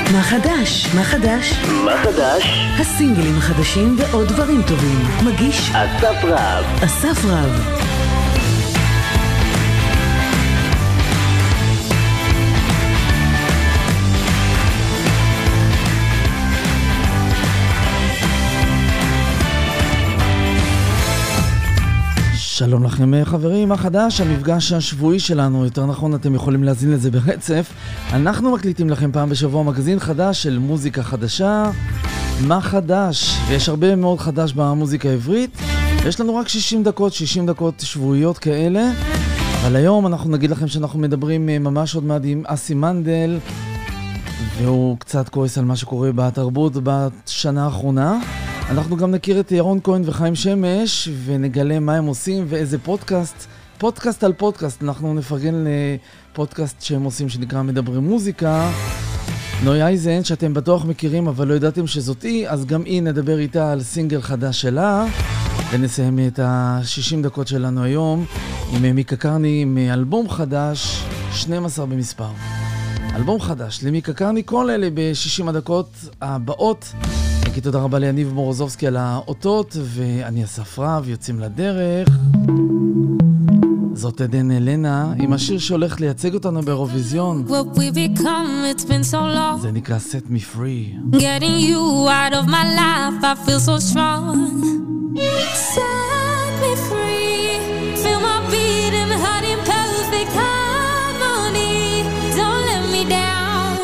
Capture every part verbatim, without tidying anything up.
מה חדש? מה חדש? מה חדש? הסינגלים החדשים ועוד דברים טובים. מגיש אסף רב. אסף רב. שלום לכם חברים, מה חדש? המפגש השבועי שלנו, יותר נכון אתם יכולים להזין לזה ברצף. אנחנו מקליטים לכם פעם בשבוע מגזין חדש של מוזיקה חדשה. מה חדש? יש הרבה מאוד חדש במוזיקה העברית. יש לנו רק שישים דקות, שישים דקות שבועיות כאלה. אבל היום אנחנו נגיד לכם שאנחנו מדברים ממש עוד מעט עם אסי מנדל, והוא קצת כועס על מה שקורה בתרבות בשנה האחרונה. אנחנו גם נכיר את ירון כהן וחיים שמש ונגלה מה הם עושים ואיזה פודקאסט, פודקאסט על פודקאסט. אנחנו נפרגן לפודקאסט שהם עושים שנקרא מדברים מוזיקה. נוי אייזן שאתם בטוח מכירים אבל לא ידעתם שזאת היא, אז גם היא נדבר איתה על סינגל חדש שלה. ונסיים את ה-שישים דקות שלנו היום עם מיקה קרני עם אלבום חדש, שנים עשר במספר. אלבום חדש למיקה קרני, כל אלה ב-שישים הדקות הבאות. כי תודה רבה ליניב מורוזובסקי על האותות, ואני אסף רב, יוצאים לדרך. זאת עדן אלנה, עם השיר שהולך לייצג אותנו באירוויזיון. זה נקרא Set Me Free. Getting you out of my life, I feel so strong. Set me free, feel my beating heart in perfect harmony. Don't let me down.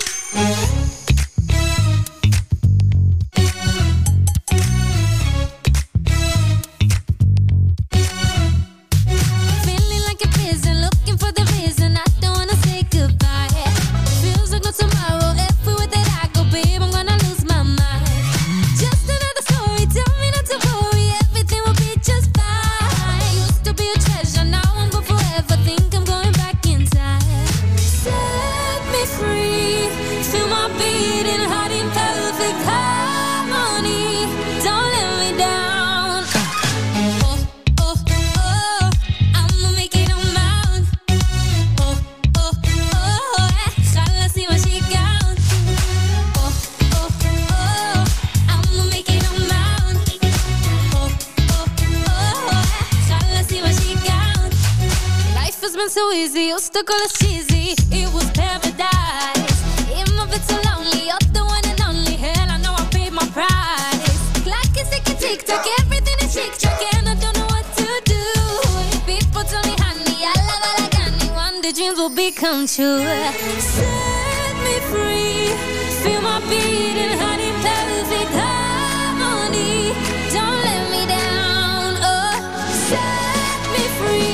So easy, used to call us cheesy. It was paradise. In my bed so lonely, you're the one and only. Hell, I know I paid my price. Clock is ticking, tick tock, everything is chick chock, and I don't know what to do. People tell me, honey, I love I like honey. One day dreams will become true. Set me free, feel my beating heart in perfect harmony. Don't let me down. Oh, set me free.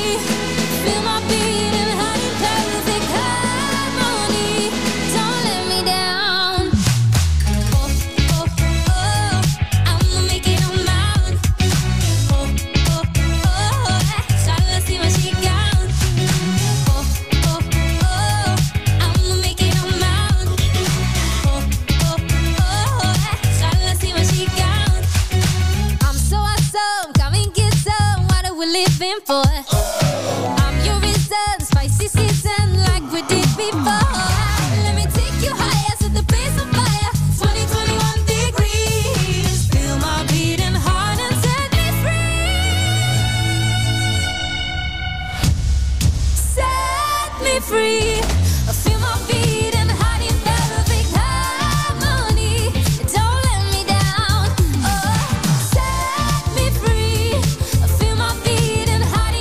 For I'm your reason, spicy season like we did before. Let me take you higher to the base of fire. Twenty, twenty-one degrees. Feel my beating heart and set me free. Set me free. I feel my beating heart in perfect harmony. Don't let me down. Oh, set me free. I feel my beating.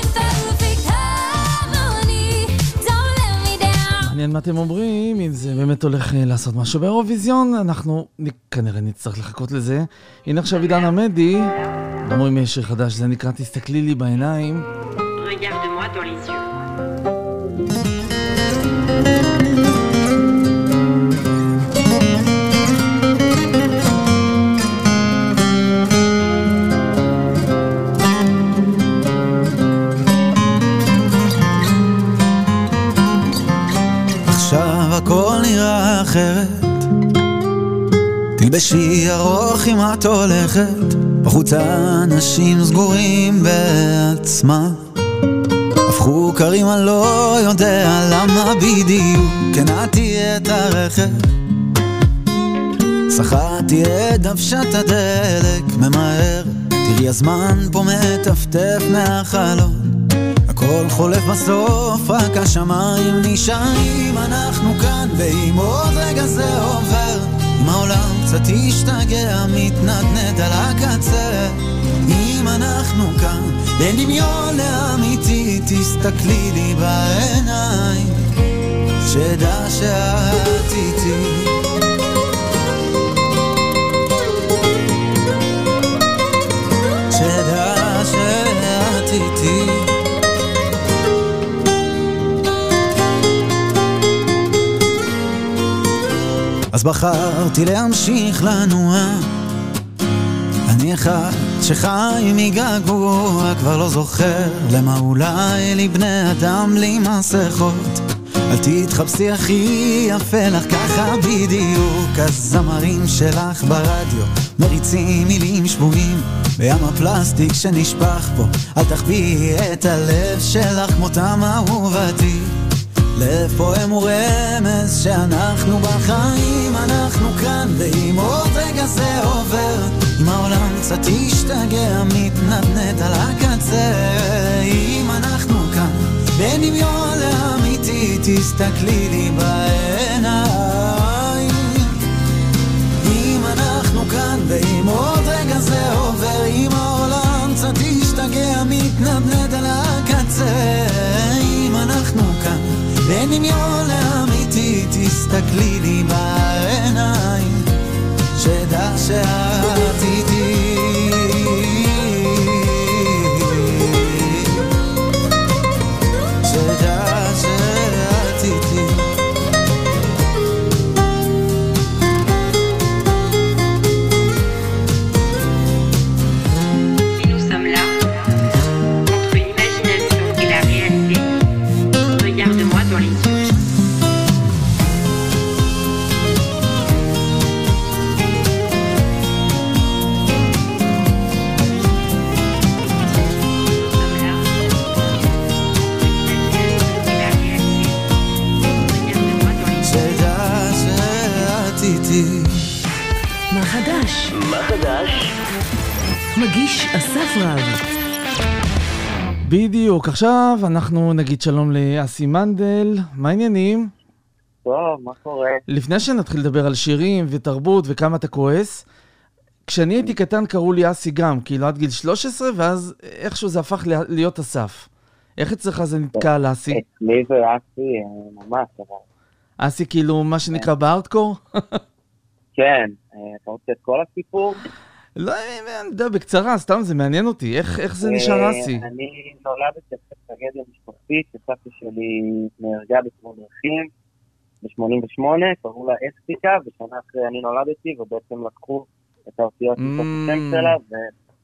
מעניין מה אתם אומרים, אם זה באמת הולך לעשות משהו באירוויזיון, אנחנו כנראה נצטרך לחכות לזה. הנה עכשיו עידן עמדי, אומרים יש שיר חדש, זה נקרא תסתכלי לי בעיניים. Regarde-moi dans les yeux. הכל נראה אחרת, תלבשי ארוך אם את הולכת, בחוץ אנשים סגורים בעצמה, הפכו קרים אני לא יודע למה בדיוק, כן את תהיה את הרכב שחתי את דוושת הדלק ממהר, תראי הזמן פה מטפטף מהחלון, הכל חולף בסוף, רק השמיים נשארים. אנחנו כאן ואם עוד רגע זה עובר, אם העולם קצת ישתגע מתנדנד על הקצה, אם אנחנו כאן בין דמיון לאמיתי, תסתכלי לי בעיניים, שדע שאת איתי. שדע שאת איתי. אז בחרתי להמשיך לנוע, אני אחד שחי מגעגוע, כבר לא זוכר למה אולי לי בני אדם בלי מסכות. אל תתחפשי הכי יפה לך ככה בדיוק, הזמרים שלך ברדיו מריצים מילים שבויים בים הפלסטיק שנשפך פה, אל תחביא את הלב שלך כמותם אהובתי. לב פועם ורמז שאנחנו בחיים, אנחנו כאן ואם עוד רגע זה עובר, אם העולם קצת ישתגע מתנדנד על הקצה, אם אנחנו כאן בין דמיון לאמיתי, תסתכלי לי בעיניים. אם אנחנו כאן ואם עוד רגע זה עובר, אם העולם קצת ישתגע מתנדנד על הקצה, אם אנחנו כאן בין דמיון לאמיתי, תסתכלי לי בעיניים, שדע שאת איתי. שדע שאת איתי. Si nous sommes là, entre l'imagination et la réalité, regarde-moi dans les yeux. מה חדש? מה חדש? מגיש אסף רב. בדיוק, עכשיו אנחנו נגיד שלום לאסי מנדל, מה העניינים? טוב, מה קורה? לפני שנתחיל לדבר על שירים ותרבות וכמה אתה כועס, כשאני הייתי קטן קראו לי אסי גם, כאילו עד גיל שלוש עשרה, ואז איכשהו זה הפך להיות אסף. איך אצלך זה נתקע על אסי? אצלי זה אסי ממש, אבל... אסי כאילו מה שנקרא בארדקור? כן, אתה רוצה את כל הסיפור? לא, אני יודע, בקצרה, סתם זה מעניין אותי, איך זה נשאר אסי? אני נולדתי בטרגדיה משפחתית, סבתא שלי נהרגה בתאונת דרכים ב-שמונים ושמונה, קראו לה אסתיקה, ושנה אחרי אני נולדתי, ובעצם לקחו את האותיות מתוך השם שלה, ו...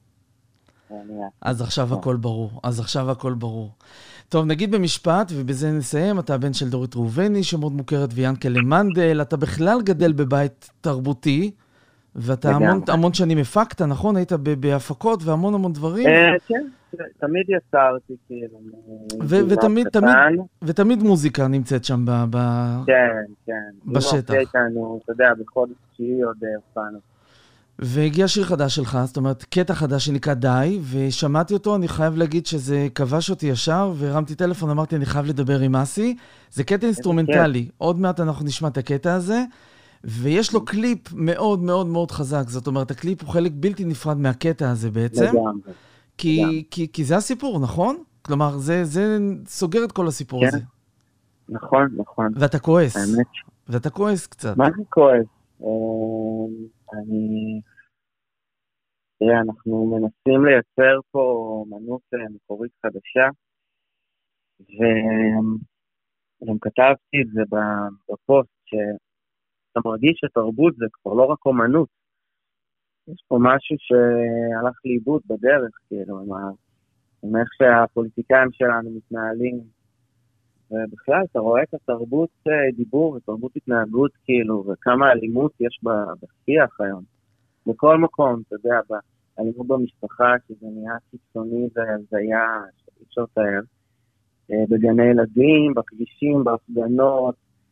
אז עכשיו הכל ברור, אז עכשיו הכל ברור. טוב, נגיד במשפט, ובזה נסיים, אתה הבן של דורית ראובני, שמאוד מוכרת, ויאנקלה מנדל, אתה בכלל גדל בבית תרבותי, ואתה המון, המון שנים הפקת, נכון? היית בהפקות והמון המון דברים? כן, תמיד יצרתי, כאילו. ותמיד, תמיד, ותמיד מוזיקה נמצאת שם בשטח. כן, כן. בשטח. איתנו, אתה יודע, בחודש תשיעי עוד הופענו. והגיע שיר חדש שלך, זאת אומרת, קטע חדש שנקרא די, ושמעתי אותו, אני חייב להגיד שזה כבש אותי ישר, והרמתי טלפון, אמרתי, אני חייב לדבר עם אסי. זה קטע אינסטרומנטלי, עוד מעט אנחנו נשמע את הקטע הזה, ויש לו קליפ מאוד מאוד מאוד חזק, זאת אומרת, הקליפ הוא חלק בלתי נפרד מהקטע הזה בעצם, כי, כי, כי זה הסיפור, נכון? כלומר, זה, זה סוגר את כל הסיפור הזה. נכון, נכון. ואתה כועס. ואתה כועס קצת. מה זה כועס? אני... תראה, אנחנו מנסים לייצר פה אומנות מקורית חדשה, וגם כתבתי את זה בפוסט, שאתה מרגיש שתרבות זה כבר לא רק אומנות. יש פה משהו שהלך לאיבוד בדרך, כאילו, עם איך שהפוליטיקאים שלנו מתנהלים, ובכלל, אתה רואה את התרבות דיבור ותרבות התנהגות, כאילו, וכמה אלימות יש בשיח היום. בכל מקום, אתה יודע, באלימות במשפחה, שזה נהיה קיצוני והזיה, שאי אפשר לתאר, בגני ילדים, בכבישים, בהפגנות,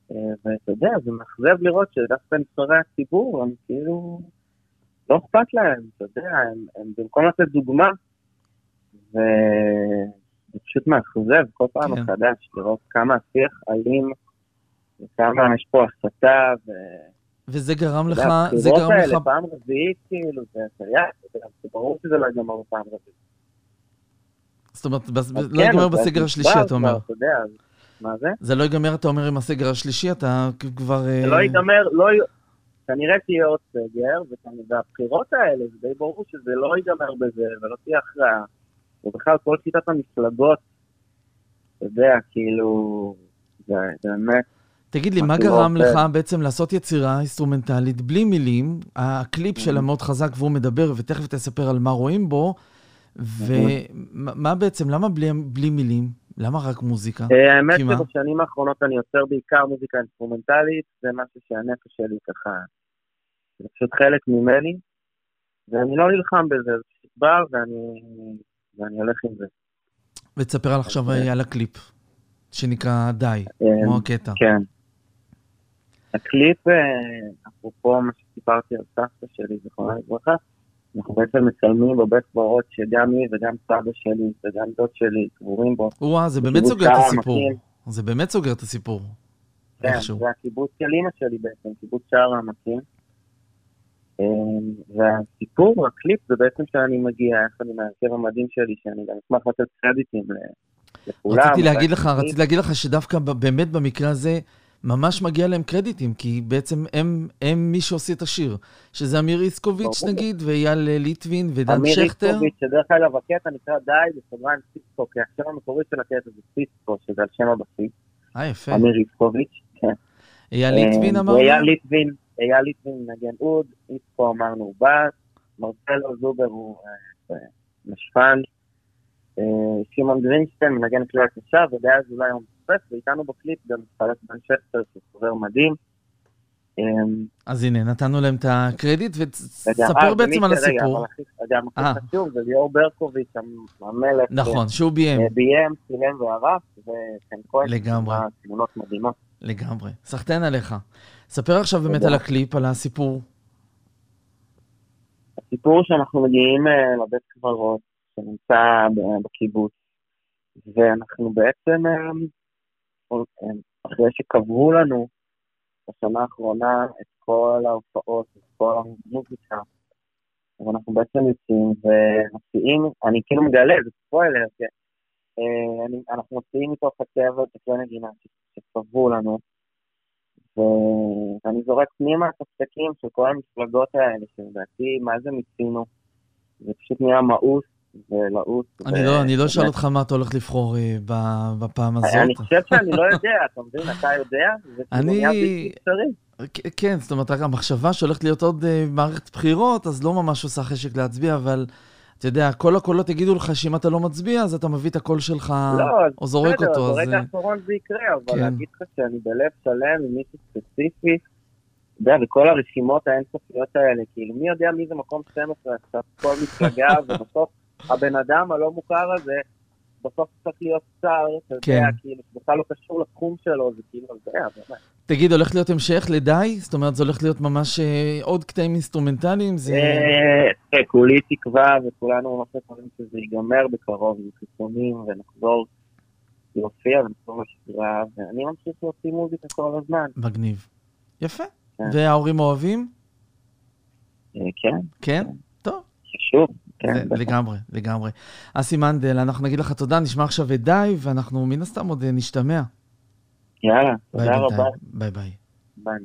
ואתה יודע, זה מאכזב לראות שדווקא נבחרי הציבור, הם כאילו לא אכפת להם, אתה יודע, הם, הם במקום לתת דוגמה, וזה פשוט מאכזב כל פעם כן. מחדש, לראות כמה השיח אלים, וכמה יש פה הסתה, ו... וזה גרם לך, זה זה גרם לך... פעם רביעית, כאילו, זה היה, זה ברור שזה לא ייגמר בפעם רביעית. זאת אומרת, לא ייגמר בסגר השלישי, אתה אומר. אתה יודע, מה זה? זה לא ייגמר, אתה אומר, עם הסגר השלישי, אתה כבר... זה לא ייגמר, לא... כנראה תהיה עוד סגר, והבחירות האלה, זה די ברור שזה לא ייגמר בזה, ולא תהיה הכרעה. ובכלל, כל שיטת המפלגות, אתה יודע, כאילו, זה באמת... תגיד לי, מה גרם לך בעצם לעשות יצירה אינסטרומנטלית בלי מילים? הקליפ שלה מאוד חזק והוא מדבר, ותכף תספר על מה רואים בו, ומה בעצם, למה בלי מילים? למה רק מוזיקה? האמת שבשנים האחרונות אני יוצר בעיקר מוזיקה אינסטרומנטלית, זה משהו שהנפש שלי ככה, זה פשוט חלק ממני, ואני לא נלחם בזה, זה פשוט בא ואני הולך עם זה. ותספר על עכשיו על הקליפ, שנקרא די, כמו הקטע. כן. הקליפ, אפרופו מה שסיפרתי על סבתא שלי, זכרונה לברכה, אנחנו בעצם מצלמים בבית קברות שגם היא וגם סבא שלי וגם דוד שלי קבורים בו. וואה, זה באמת סוגר את הסיפור. זה באמת סוגר את הסיפור. כן, זה הקיבוץ של אמא שלי בעצם, קיבוץ שער העמקים. והסיפור, הקליפ, זה בעצם שאני מגיע, יחד עם ההרכב המדהים שלי, שאני גם אשמח לתת קרדיטים לכולם. רציתי להגיד לך, רציתי להגיד לך שדווקא באמת במקרה הזה, ממש מגיע להם קרדיטים, כי בעצם הם, הם מי שעושה את השיר, שזה אמיר איסקוביץ' נגיד, ואייל ליטווין ודן שכטר. אמיר איסקוביץ', שדרך אגב, הקטע נקרא די, בסוגריים סיסקו, כי השם המקורי של הקטע זה סיסקו, שזה על שם הבסיס. אה, יפה. אמיר איסקוביץ', כן. אייל ליטווין אמרנו? אייל ליטווין, אייל ליטווין נגן אוד, איסקו אמרנו הוא בס, מרצלו זובר הוא משפן, שמעון גרינשטיין מנגן כלי הקשה, ודאז אולי הוא מספס, ואיתנו בקליפ גם מספלת בן שכטר, שחובר מדהים. אז הנה, נתנו להם את הקרדיט, וספר בעצם על הסיפור. גם הכי חשוב, זה ליאור ברקוביץ', המלך. נכון, שהוא ביים. ביים, צילם וערך, וכן כהן. לגמרי. תמונות מדהימות. לגמרי. סחטיין עליך. ספר עכשיו באמת על הקליפ, על הסיפור. הסיפור שאנחנו מגיעים לבית קברות, שנמצא בקיבוץ, ואנחנו בעצם, אחרי שקברו לנו בשנה האחרונה את כל ההופעות, את כל המוזיקה, אז אנחנו בעצם יוצאים ומציעים, אני כאילו מגלה, זה ספוילר, אנחנו מציעים מתוך הצוות את כלי נגינה שקברו לנו, ואני זורק פנימה את הפסקים של כל המפלגות האלה, שלדעתי מה זה מצינו, זה פשוט נהיה מאוס, ולעוס. אני לא, אני לא אשאל אותך מה אתה הולך לבחור בפעם הזאת. אני חושב שאני לא יודע, אתה מבין, אתה יודע? אני... כן, זאת אומרת, המחשבה שהולכת להיות עוד מערכת בחירות, אז לא ממש עושה חשק להצביע, אבל אתה יודע, כל הקולות יגידו לך שאם אתה לא מצביע, אז אתה מביא את הקול שלך, או זורק אותו. לא, ברגע האחרון זה יקרה, אבל להגיד לך שאני בלב שלם עם מישהו ספציפי, אתה יודע, וכל הרשימות האינסופיות האלה, כאילו, מי יודע מי זה מקום שתים עשרה, עכשיו כל מפלגה, ובסוף הבן אדם הלא מוכר הזה, בסוף צריך להיות שר, אתה יודע, כאילו, בכלל לא קשור לתחום שלו, זה כאילו, זה היה, באמת. תגיד, הולך להיות המשך לדי? זאת אומרת, זה הולך להיות ממש עוד קטעים אינסטרומנטליים? כן, כולי תקווה, וכולנו ממש יכולים שזה ייגמר בקרוב, עם חיסונים, ונחזור להופיע, ונחזור לשגרה, ואני ממשיך להוציא מוזיקה כל הזמן. מגניב. יפה. וההורים אוהבים? כן. כן? טוב. חשוב. לגמרי, לגמרי. אסי מנדל, אנחנו נגיד לך תודה, נשמע עכשיו את די, ואנחנו מן הסתם עוד נשתמע. יאללה, תודה רבה. ביי ביי. ביי.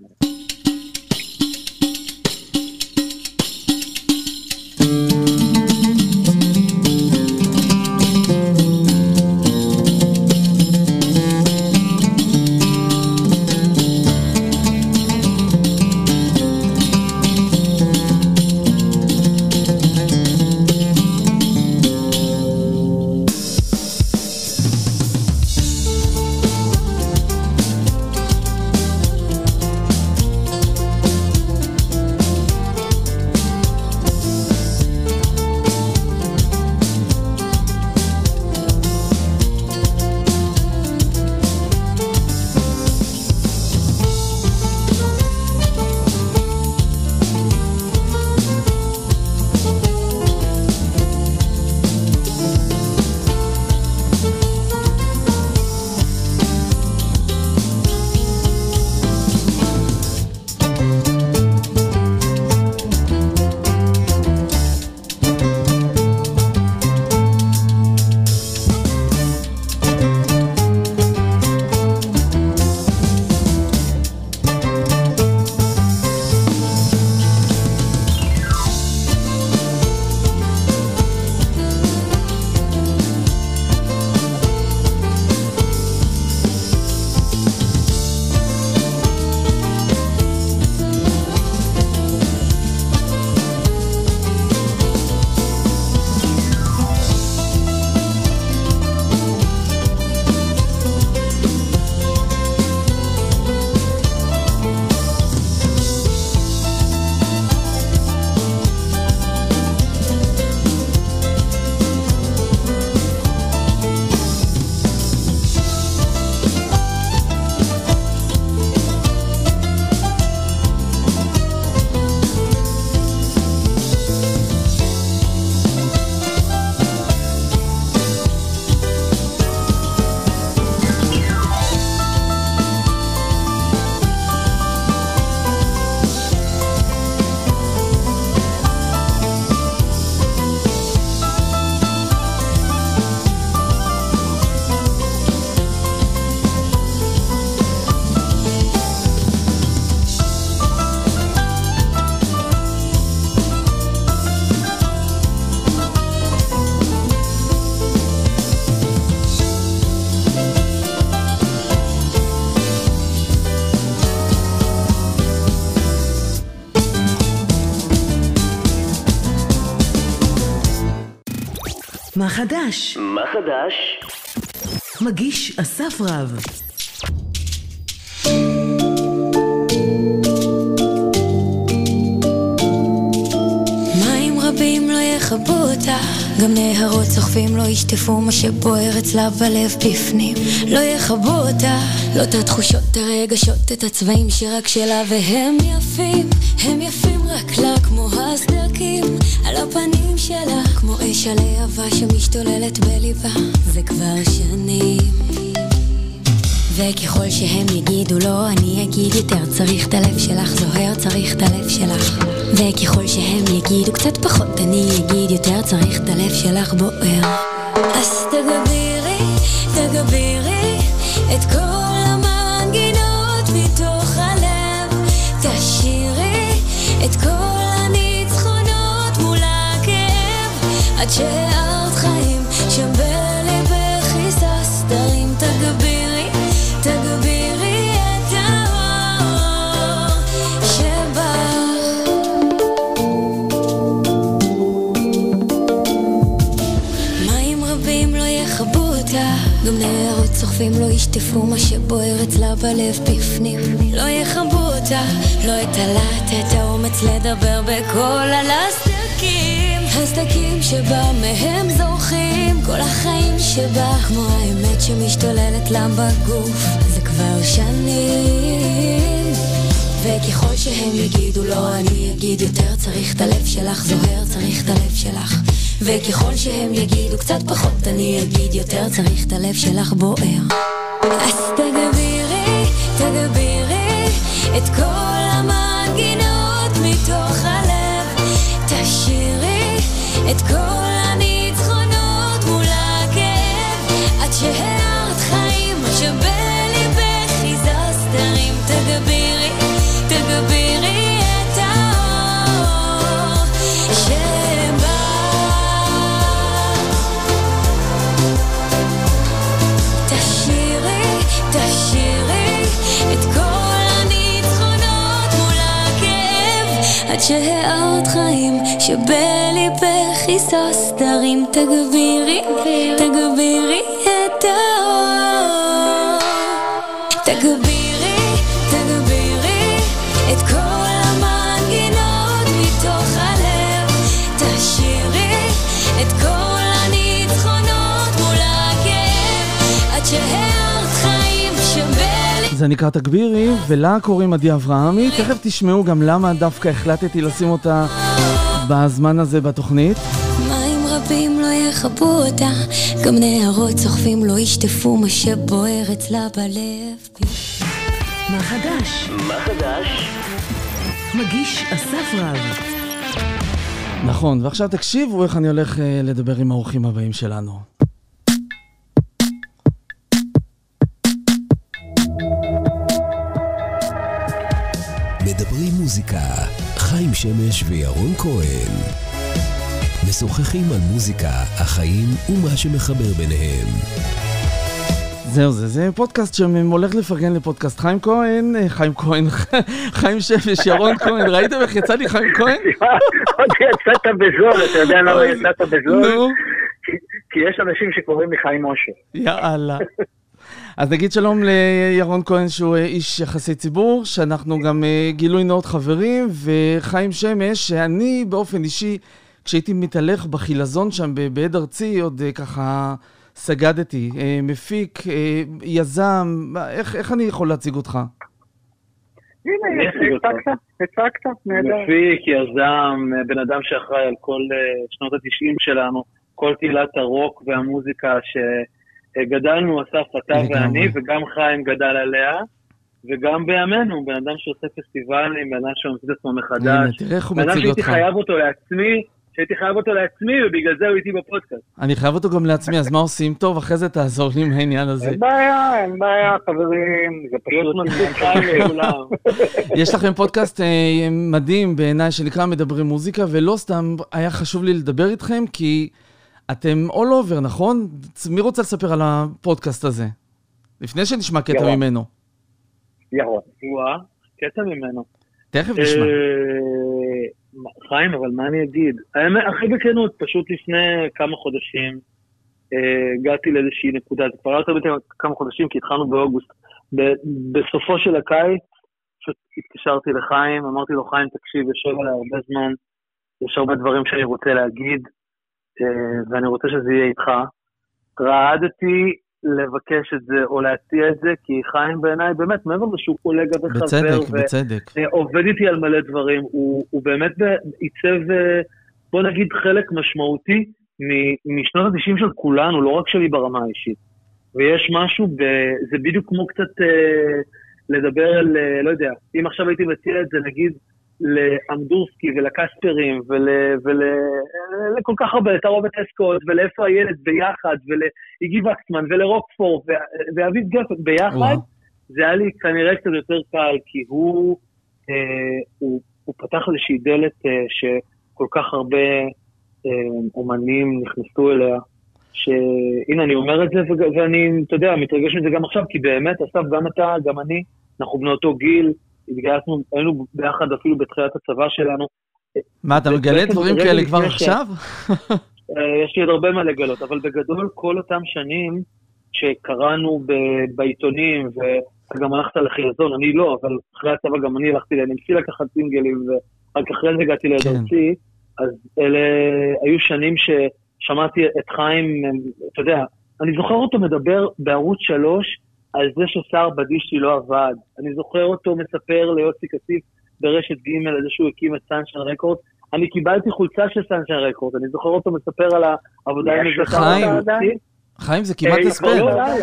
מה חדש? מה חדש? מגיש אסף רב. מים רבים לא יחבו אותה, גם נהרות סוחפים לא ישטפו מה שבוער אצלה בלב בפנים. לא יחבו אותה, לא את התחושות, הרגשות, את הצבעים שרק שלה, והם יפים, הם יפים רק לה כמו הסדקים על הפנים שלה, כמו אש הלהבה שמשתוללת בליבה זה כבר שנים. וככל שהם יגידו לא, אני אגיד יותר, צריך את הלב שלך זוהר, צריך את הלב שלך. וככל שהם יגידו קצת פחות, אני אגיד יותר, צריך את הלב שלך בוער. אז תגבירי, תגבירי את כל המנגינות מתוך הלב, תשירי את כל הניצחונות מול הכאב, עד שהארת חיים שם בלבך היסס, תרים תגבירי, תגבירי את האור שבך. מים רבים לא יחבו אותה, גם נהרות סוחפים לא ישטפו מה שבוער אצלה בלב בפנים. לא יחבו אותה, לא את הלט, את האומץ לדבר בקול על הסדקים, הסדקים שבה מהם זורחים כל החיים שבה, כמו האמת שמשתוללת לה בגוף זה כבר שנים. וככל שהם יגידו לא, אני אגיד יותר, צריך את הלב שלך זוהר, צריך את הלב שלך. וככל שהם יגידו קצת פחות, אני אגיד יותר, צריך את הלב שלך בוער. אז תגבירי, תגבירי את כל המנגינות מתוך הלב, תשירי את כל הניצחונות מול הכאב, עד שהארת חיים שבליבך היזז, תרים תגבירי, תגבירי את האור שבא. תשירי, תשירי את כל הניצחונות מול הכאב, עד שהארת חיים שבליבך היסס, תרים תגבירי, תגבירי את האור, תגבירי, תגבירי את כל המנגינות מתוך הלב, תשירי את כל הניצחונות מול הכאב, עד שהארת חיים שבליבך. זה נקרא תגבירי, ולה קוראים עדי אברהמי. תכף תשמעו גם למה דווקא החלטתי לשים אותה בזמן הזה בתוכנית. מים רבים לא יחבו אותה, גם נהרות סוחפים לא ישטפו מה שבוער אצלה בלב. מה חדש? מה חדש? מגיש אסף רב. נכון, ועכשיו תקשיבו איך אני הולך אה, לדבר עם האורחים הבאים שלנו. מדברים מוזיקה, חיים שמש וירון כהן. משוחחים על מוזיקה, החיים ומה שמחבר ביניהם. זהו זה, זה פודקאסט שהולך לפרגן לפודקאסט חיים כהן, חיים כהן, חיים שמש, ירון כהן. ראיתם איך יצא לי חיים כהן? עוד יצאת בזול, אתה יודע למה יצאת בזול? נו. כי יש אנשים שקוראים לי חיים משה. יאללה. אז נגיד שלום לירון כהן שהוא איש יחסי ציבור, שאנחנו גם גילוי נאות חברים, וחיים שמש, שאני באופן אישי, כשהייתי מתהלך בחילזון שם בעד ארצי, עוד ככה סגדתי, מפיק, יזם, איך, איך אני יכול להציג אותך? הנה, הצגת, הצגת, נהדר. מפיק, יזם, בן אדם שאחראי על כל שנות ה-תשעים שלנו, כל קהילת הרוק והמוזיקה שגדלנו, אסף, אתה ואני, וגם חיים גדל עליה, וגם בימינו, בן אדם שעושה פסטיבלים, בן אדם שעושה את עצמו מחדש, תראה איך הוא בן אדם מציג אותך. שהייתי חייב אותו לעצמי, שהייתי חייב אותו לעצמי, ובגלל זה הוא איתי בפודקאסט. אני חייב אותו גם לעצמי, אז מה עושים? טוב, אחרי זה תעזור לי עם העניין הזה. אין בעיה, אין בעיה, חברים, זה פשוט מספיק חיים לכולם. יש לכם פודקאסט אה, מדהים בעיניי שנקרא מדברים מוזיקה, ולא סתם היה חשוב לי לדבר איתכם, כי אתם all over, נכון? מי רוצה לספר על הפודקאסט הזה? לפני שנשמע קטע ירון. ממנו. ירון. וואה, קטע ממנו. תכף נשמע. אה, חיים, אבל מה אני אגיד? האמת, הכי בכנות, פשוט לפני כמה חודשים, הגעתי לאיזושהי נקודה, זה כבר לא יותר ביותר כמה חודשים, כי התחלנו באוגוסט. בסופו של הקיץ, פשוט התקשרתי לחיים, אמרתי לו, חיים, תקשיב, יושב עליי הרבה זמן, יש הרבה דברים שאני רוצה להגיד, ואני רוצה שזה יהיה איתך. רעדתי לבקש את זה, או להציע את זה, כי חיים בעיניי, באמת, מעבר לשהו קולגה וחבר, בצדק, בצדק. ועובד איתי על מלא דברים, הוא, הוא באמת עיצב, בוא נגיד, חלק משמעותי, משנות ה-תשעים של כולנו, לא רק שלי ברמה האישית. ויש משהו, ב... זה בדיוק כמו קצת אה, לדבר על, אה, לא יודע, אם עכשיו הייתי מציע את זה, נגיד, לאמדורסקי ולקספרים, ולכל ול... ול... כך הרבה, לתערובת אסקוט, ולאיפה הילד ביחד, ולאיגי וקסמן, ולרוקפור, ו... ואביב גפן ביחד, וואו. זה היה לי כנראה קצת יותר קל, כי הוא, אה, הוא, הוא פתח איזושהי דלת אה, שכל כך הרבה אומנים נכנסו אליה, שהנה אני אומר את זה, ואני, אתה יודע, מתרגש מזה גם עכשיו, כי באמת, אסף, גם אתה, גם אני, אנחנו בני אותו גיל, התגייסנו, היינו ביחד אפילו בתחילת הצבא שלנו. מה, אתה מגלה דברים כאלה כבר עכשיו? יש לי עוד הרבה מה לגלות, אבל בגדול כל אותם שנים שקראנו בעיתונים, וגם הלכת לחייזון, אני לא, אבל אחרי הצבא גם אני הלכתי להנמציא לקחת סינגלים, ורק אחרי זה הגעתי לדרצי, אז אלה היו שנים ששמעתי את חיים, אתה יודע, אני זוכר אותו מדבר בערוץ שלוש על זה ששר בדישי לא עבד. אני זוכר אותו מספר ליוסי כסיף ברשת ג' על זה שהוא הקים את סנשן רקורד. אני קיבלתי חולצה של סנשן רקורד. אני זוכר אותו מספר על העבודה עם איזה חיים, חיים זה כמעט הספד.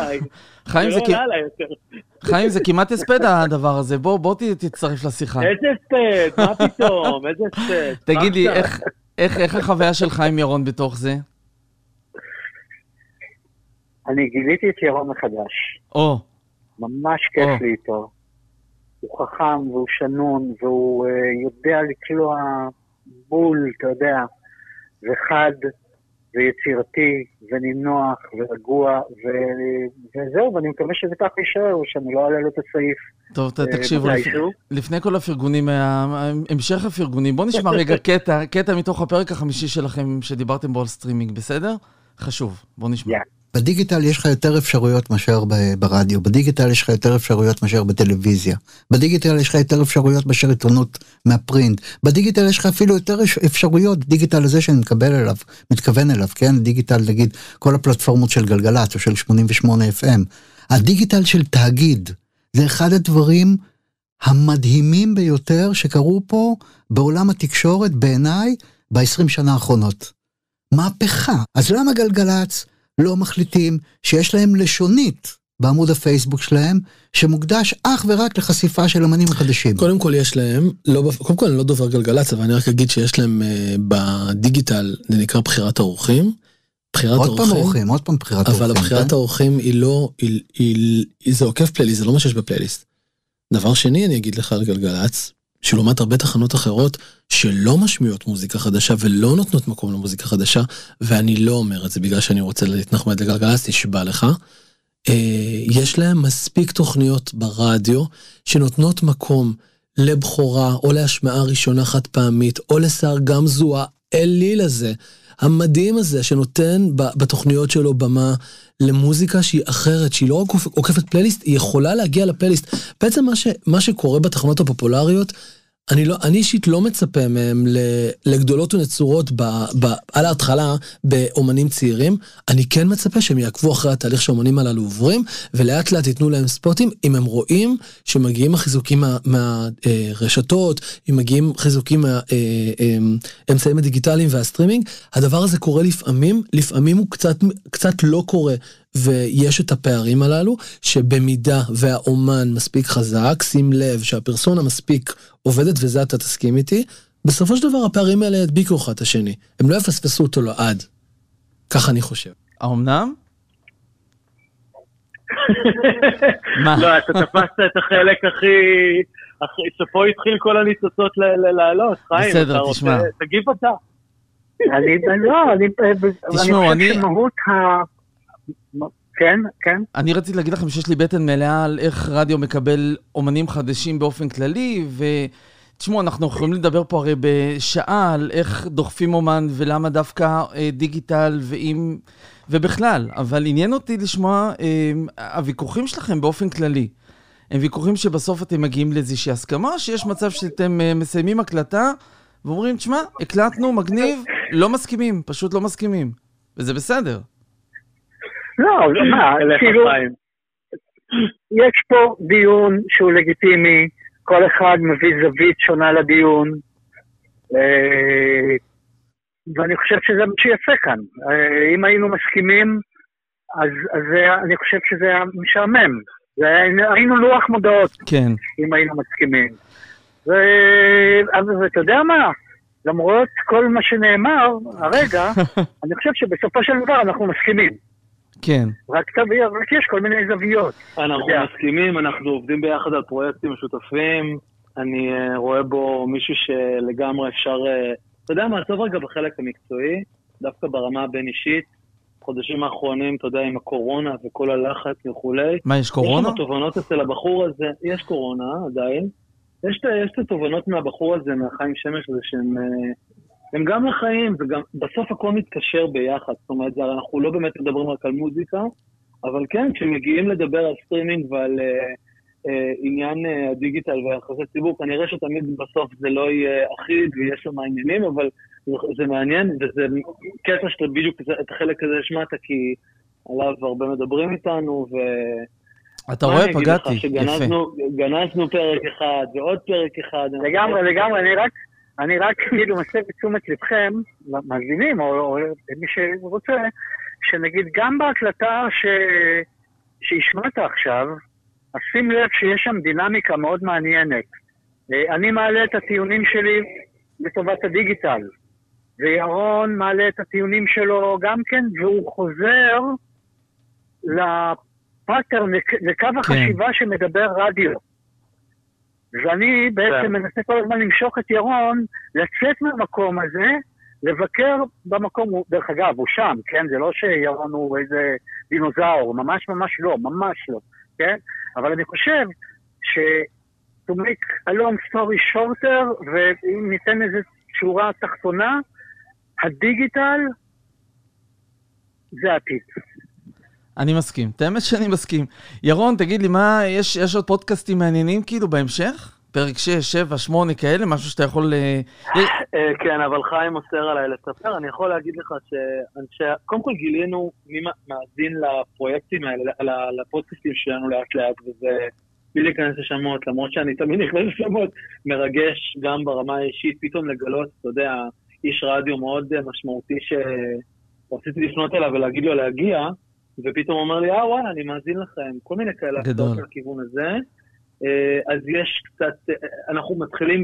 חיים זה כמעט הספד הדבר הזה. בוא תצטרף לשיחה. איזה הספד? מה פתאום? איזה הספד? תגיד לי, איך החוויה של חיים ירון בתוך זה? אני גיליתי את ירון מחדש. או. ממש כיף לי איתו. הוא חכם והוא שנון והוא יודע לקלוע בול, אתה יודע, וחד ויצירתי ונינוח ורגוע וזהו, ואני מקווה שזה כך יישאר, שאני לא אעלה לו את הסעיף. טוב, תקשיבו, לפני כל הפרגונים, המשך הפרגונים, בוא נשמע רגע קטע, קטע מתוך הפרק החמישי שלכם שדיברתם בו על סטרימינג, בסדר? חשוב, בוא נשמע. בדיגיטל יש לך יותר אפשרויות מאשר ברדיו, בדיגיטל יש לך יותר אפשרויות מאשר בטלוויזיה, בדיגיטל יש לך יותר אפשרויות מאשר עיתונות מהפרינט, בדיגיטל יש לך אפילו יותר אפשרויות, דיגיטל הזה שאני מקבל אליו, מתכוון אליו, כן? דיגיטל, נגיד, כל הפלטפורמות של גלגלת או של שמונים ושמונה אף אם, הדיגיטל של תאגיד, זה אחד הדברים המדהימים ביותר שקרו פה בעולם התקשורת בעיניי ב-עשרים שנה האחרונות. מהפכה. אז למה גלגלץ לא מחליטים שיש להם לשונית בעמוד הפייסבוק שלהם, שמוקדש אך ורק לחשיפה של אמנים החדשים? קודם כל יש להם, לא, קודם כל אני לא דובר גלגלץ, אבל אני רק אגיד שיש להם uh, בדיגיטל, זה נקרא בחירת האורחים. בחירת עוד האורחים, פעם אורחים, עוד פעם בחירת אבל האורחים. אבל בחירת כן? האורחים היא לא, היא, היא, היא, זה עוקף פלייליסט, זה לא מה שיש בפלייליסט. דבר שני, אני אגיד לך על גלגלץ, שלעומת הרבה תחנות אחרות שלא משמיעות מוזיקה חדשה ולא נותנות מקום למוזיקה חדשה, ואני לא אומר את זה בגלל שאני רוצה להתנחמד לגלגלץ, תשבע לך, יש להם מספיק תוכניות ברדיו שנותנות מקום לבחורה או להשמעה ראשונה חד פעמית או לשר גמזו האליל הזה, המדהים הזה שנותן בתוכניות שלו במה למוזיקה שהיא אחרת, שהיא לא רק עוקפת פלייליסט, היא יכולה להגיע לפלייליסט. בעצם מה, ש, מה שקורה בתחנות הפופולריות, אני, לא, אני אישית לא מצפה מהם לגדולות ונצורות ב, ב, על ההתחלה באומנים צעירים, אני כן מצפה שהם יעקבו אחרי התהליך שהאומנים הללו עוברים, ולאט לאט ייתנו להם ספוטים, אם הם רואים שמגיעים החיזוקים מהרשתות, אם מגיעים חיזוקים מהאמצעים הדיגיטליים והסטרימינג, הדבר הזה קורה לפעמים, לפעמים הוא קצת, קצת לא קורה, ויש את הפערים הללו, שבמידה והאומן מספיק חזק, שים לב שהפרסונה מספיק עובדת, וזה אתה תסכים איתי, בסופו של דבר הפערים האלה ידביקו אחד את השני. הם לא יפספסו אותו לעד. ככה אני חושב. האומנם? מה? לא, אתה תפסת את החלק הכי... שפה התחיל כל הניצוצות לעלות, חיים. בסדר, תשמע. תגיב אתה. אני לא, אני... תשמעו, אני... שמהות ה... כן, כן. אני רציתי להגיד לכם שיש לי בטן מלאה על איך רדיו מקבל אומנים חדשים באופן כללי, תשמעו, אנחנו יכולים לדבר פה הרי בשעה על איך דוחפים אומן ולמה דווקא אה, דיגיטל ואם, ובכלל, אבל עניין אותי לשמוע אה, הוויכוחים שלכם באופן כללי. הם ויכוחים שבסוף אתם מגיעים לאיזושהי הסכמה, שיש מצב שאתם אה, מסיימים הקלטה ואומרים, תשמע, הקלטנו, מגניב, לא מסכימים, פשוט לא מסכימים. וזה בסדר. לא, לא, מה, כאילו, יש פה דיון שהוא לגיטימי, כל אחד מביא זווית שונה לדיון, ואני חושב שזה מה שיפה כאן. אם היינו מסכימים, אז, אז אני חושב שזה היה משעמם. היינו לוח מודעות, כן. אם היינו מסכימים. ואתה יודע מה? למרות כל מה שנאמר, הרגע, אני חושב שבסופו של דבר אנחנו מסכימים. כן. רק תביא, רק יש כל מיני זוויות. אנחנו מסכימים, אנחנו עובדים ביחד על פרויקטים משותפים, אני uh, רואה בו מישהו שלגמרי אפשר, uh, אתה יודע מה, טוב רגע בחלק המקצועי, דווקא ברמה הבין-אישית, חודשים האחרונים, אתה יודע, עם הקורונה וכל הלחץ וכולי. מה, יש קורונה? יש תובנות אצל הבחור הזה, יש קורונה עדיין, יש, יש את התובנות מהבחור הזה, מהחיים שמש הזה, שהם הם גם לחיים, וגם בסוף הכל מתקשר ביחד, זאת אומרת, אנחנו לא באמת מדברים רק על מוזיקה, אבל כן, כשמגיעים לדבר על סטרימינג ועל uh, uh, עניין uh, הדיגיטל והיחסי ציבור, כנראה שתמיד בסוף זה לא יהיה אחיד ויש שם העניינים, אבל זה, זה מעניין, וזה קטע שאתה בדיוק את החלק הזה השמעת, כי עליו הרבה מדברים איתנו, ו... אתה רואה, פגעתי, שגנזנו, יפה. גנזנו פרק אחד ועוד פרק אחד. לגמרי, לגמרי, אני רק, אני רק כאילו מסב בתשומת לבכם, מאזינים, או, או מי שרוצה, שנגיד גם בהקלטה ש... שהשמעת עכשיו, אז שים לב שיש שם דינמיקה מאוד מעניינת. אני מעלה את הטיעונים שלי לטובת הדיגיטל, וירון מעלה את הטיעונים שלו גם כן, והוא חוזר לפאטר, לקו החשיבה שמדבר רדיו. ואני בעצם מנסה כל הזמן למשוך את ירון, לצאת מהמקום הזה, לבקר במקום, דרך אגב, הוא שם, כן? זה לא שירון הוא איזה דינוזאור, ממש ממש לא, ממש לא, כן? אבל אני חושב ש... to make a long story shorter, ואם ניתן איזו שורה תחתונה, הדיגיטל זה עתיד. אני מסכים, את האמת שאני מסכים. ירון, תגיד לי, מה, יש, יש עוד פודקאסטים מעניינים כאילו בהמשך? פרק שש, שבע, שמונה כאלה, משהו שאתה יכול... כן, אבל חיים אוסר עליי לספר, אני יכול להגיד לך שאנשי... קודם כל גילינו מי מאזין לפרויקטים האלה, לפודקאסטים שלנו לאט לאט, וזה בלי להיכנס לשמות, למרות שאני תמיד נכנס לשמות, מרגש גם ברמה האישית, פתאום לגלות, אתה יודע, איש רדיו מאוד משמעותי שרציתי לפנות אליו ולהגיד לו להגיע, ופתאום אומר לי, אה וואלה, אני מאזין לכם, כל מיני כאלה הפתעות לכיוון הזה. אז יש קצת, אנחנו מתחילים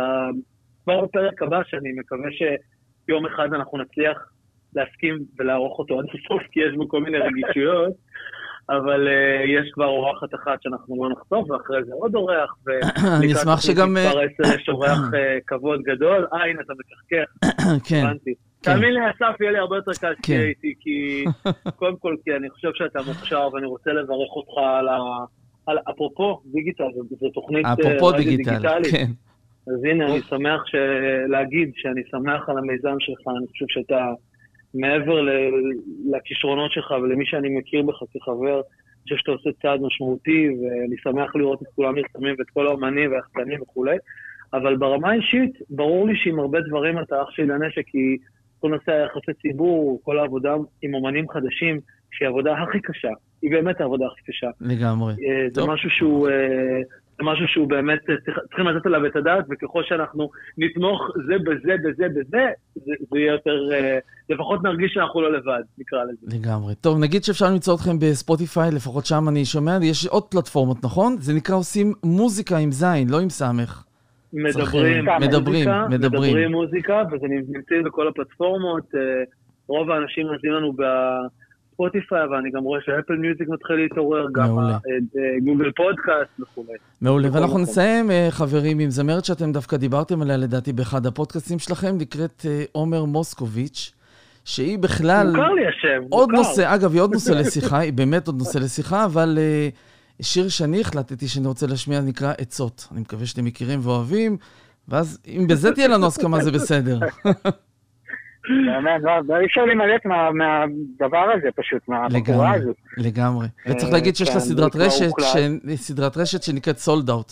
כבר בפרק הבא, שאני מקווה שיום אחד אנחנו נצליח להסכים ולערוך אותו עד הסוף, כי יש בו כל מיני רגישויות, אבל יש כבר אורחת אחת שאנחנו לא נחשוף, ואחרי זה עוד אורח, אני אשמח שגם... יש אורח כבוד גדול, אה, הנה, אתה מקחקח. כן. תאמין לי, אסף, יהיה לי הרבה יותר קל שתהיה איתי, כי קודם כל, כי אני חושב שאתה מוכשר, ואני רוצה לברך אותך על ה... על אפרופו דיגיטל, זו תוכנית רדיו דיגיטלית. כן. אז הנה, אני שמח להגיד שאני שמח על המיזם שלך, אני חושב שאתה מעבר לכישרונות שלך ולמי שאני מכיר בך כחבר, אני חושב שאתה עושה צעד משמעותי, ואני שמח לראות את כולם נרתמים ואת כל האמנים והחצנים וכו'. אבל ברמה האישית, ברור לי שעם הרבה דברים אתה אח שלי לנשק, כי כל נושא היחסי ציבור, כל העבודה עם אומנים חדשים, שהיא העבודה הכי קשה, היא באמת העבודה הכי קשה. לגמרי. זה משהו שהוא, זה משהו שהוא באמת, צריכים לתת עליו את הדעת, וככל שאנחנו נתמוך זה בזה, בזה, בזה, זה יהיה יותר, לפחות נרגיש שאנחנו לא לבד, נקרא לזה. לגמרי. טוב, נגיד שאפשר למצוא אתכם בספוטיפיי, לפחות שם אני שומע, יש עוד פלטפורמות, נכון? זה נקרא עושים מוזיקה עם זין, לא עם סמך. מדברים, מדברים, מדברים. מדברים מוזיקה, וזה נמצאים בכל הפלטפורמות, רוב האנשים נמצאים לנו בספוטיפיי, ואני גם רואה שאפל מיוזיק מתחיל להתעורר, גם גוגל פודקאסט וכו'. מעולה, ואנחנו נסיים, חברים, עם זמרת שאתם דווקא דיברתם עליה, לדעתי, באחד הפודקאסטים שלכם, נקראת עומר מוסקוביץ', שהיא בכלל... מוכר לי השם, עוד נושא, אגב, היא עוד נושא לשיחה, היא באמת עוד נושא לשיחה, אבל שיר שאני החלטתי שאני רוצה להשמיע נקרא עצות. אני מקווה שאתם מכירים ואוהבים, ואז אם בזה תהיה לנו הסכמה זה בסדר. באמת, לא אי אפשר להימלט מהדבר הזה פשוט, מהבחורה הזו. לגמרי. וצריך להגיד שיש לה סדרת רשת, סדרת רשת שנקראת סולד אאוט.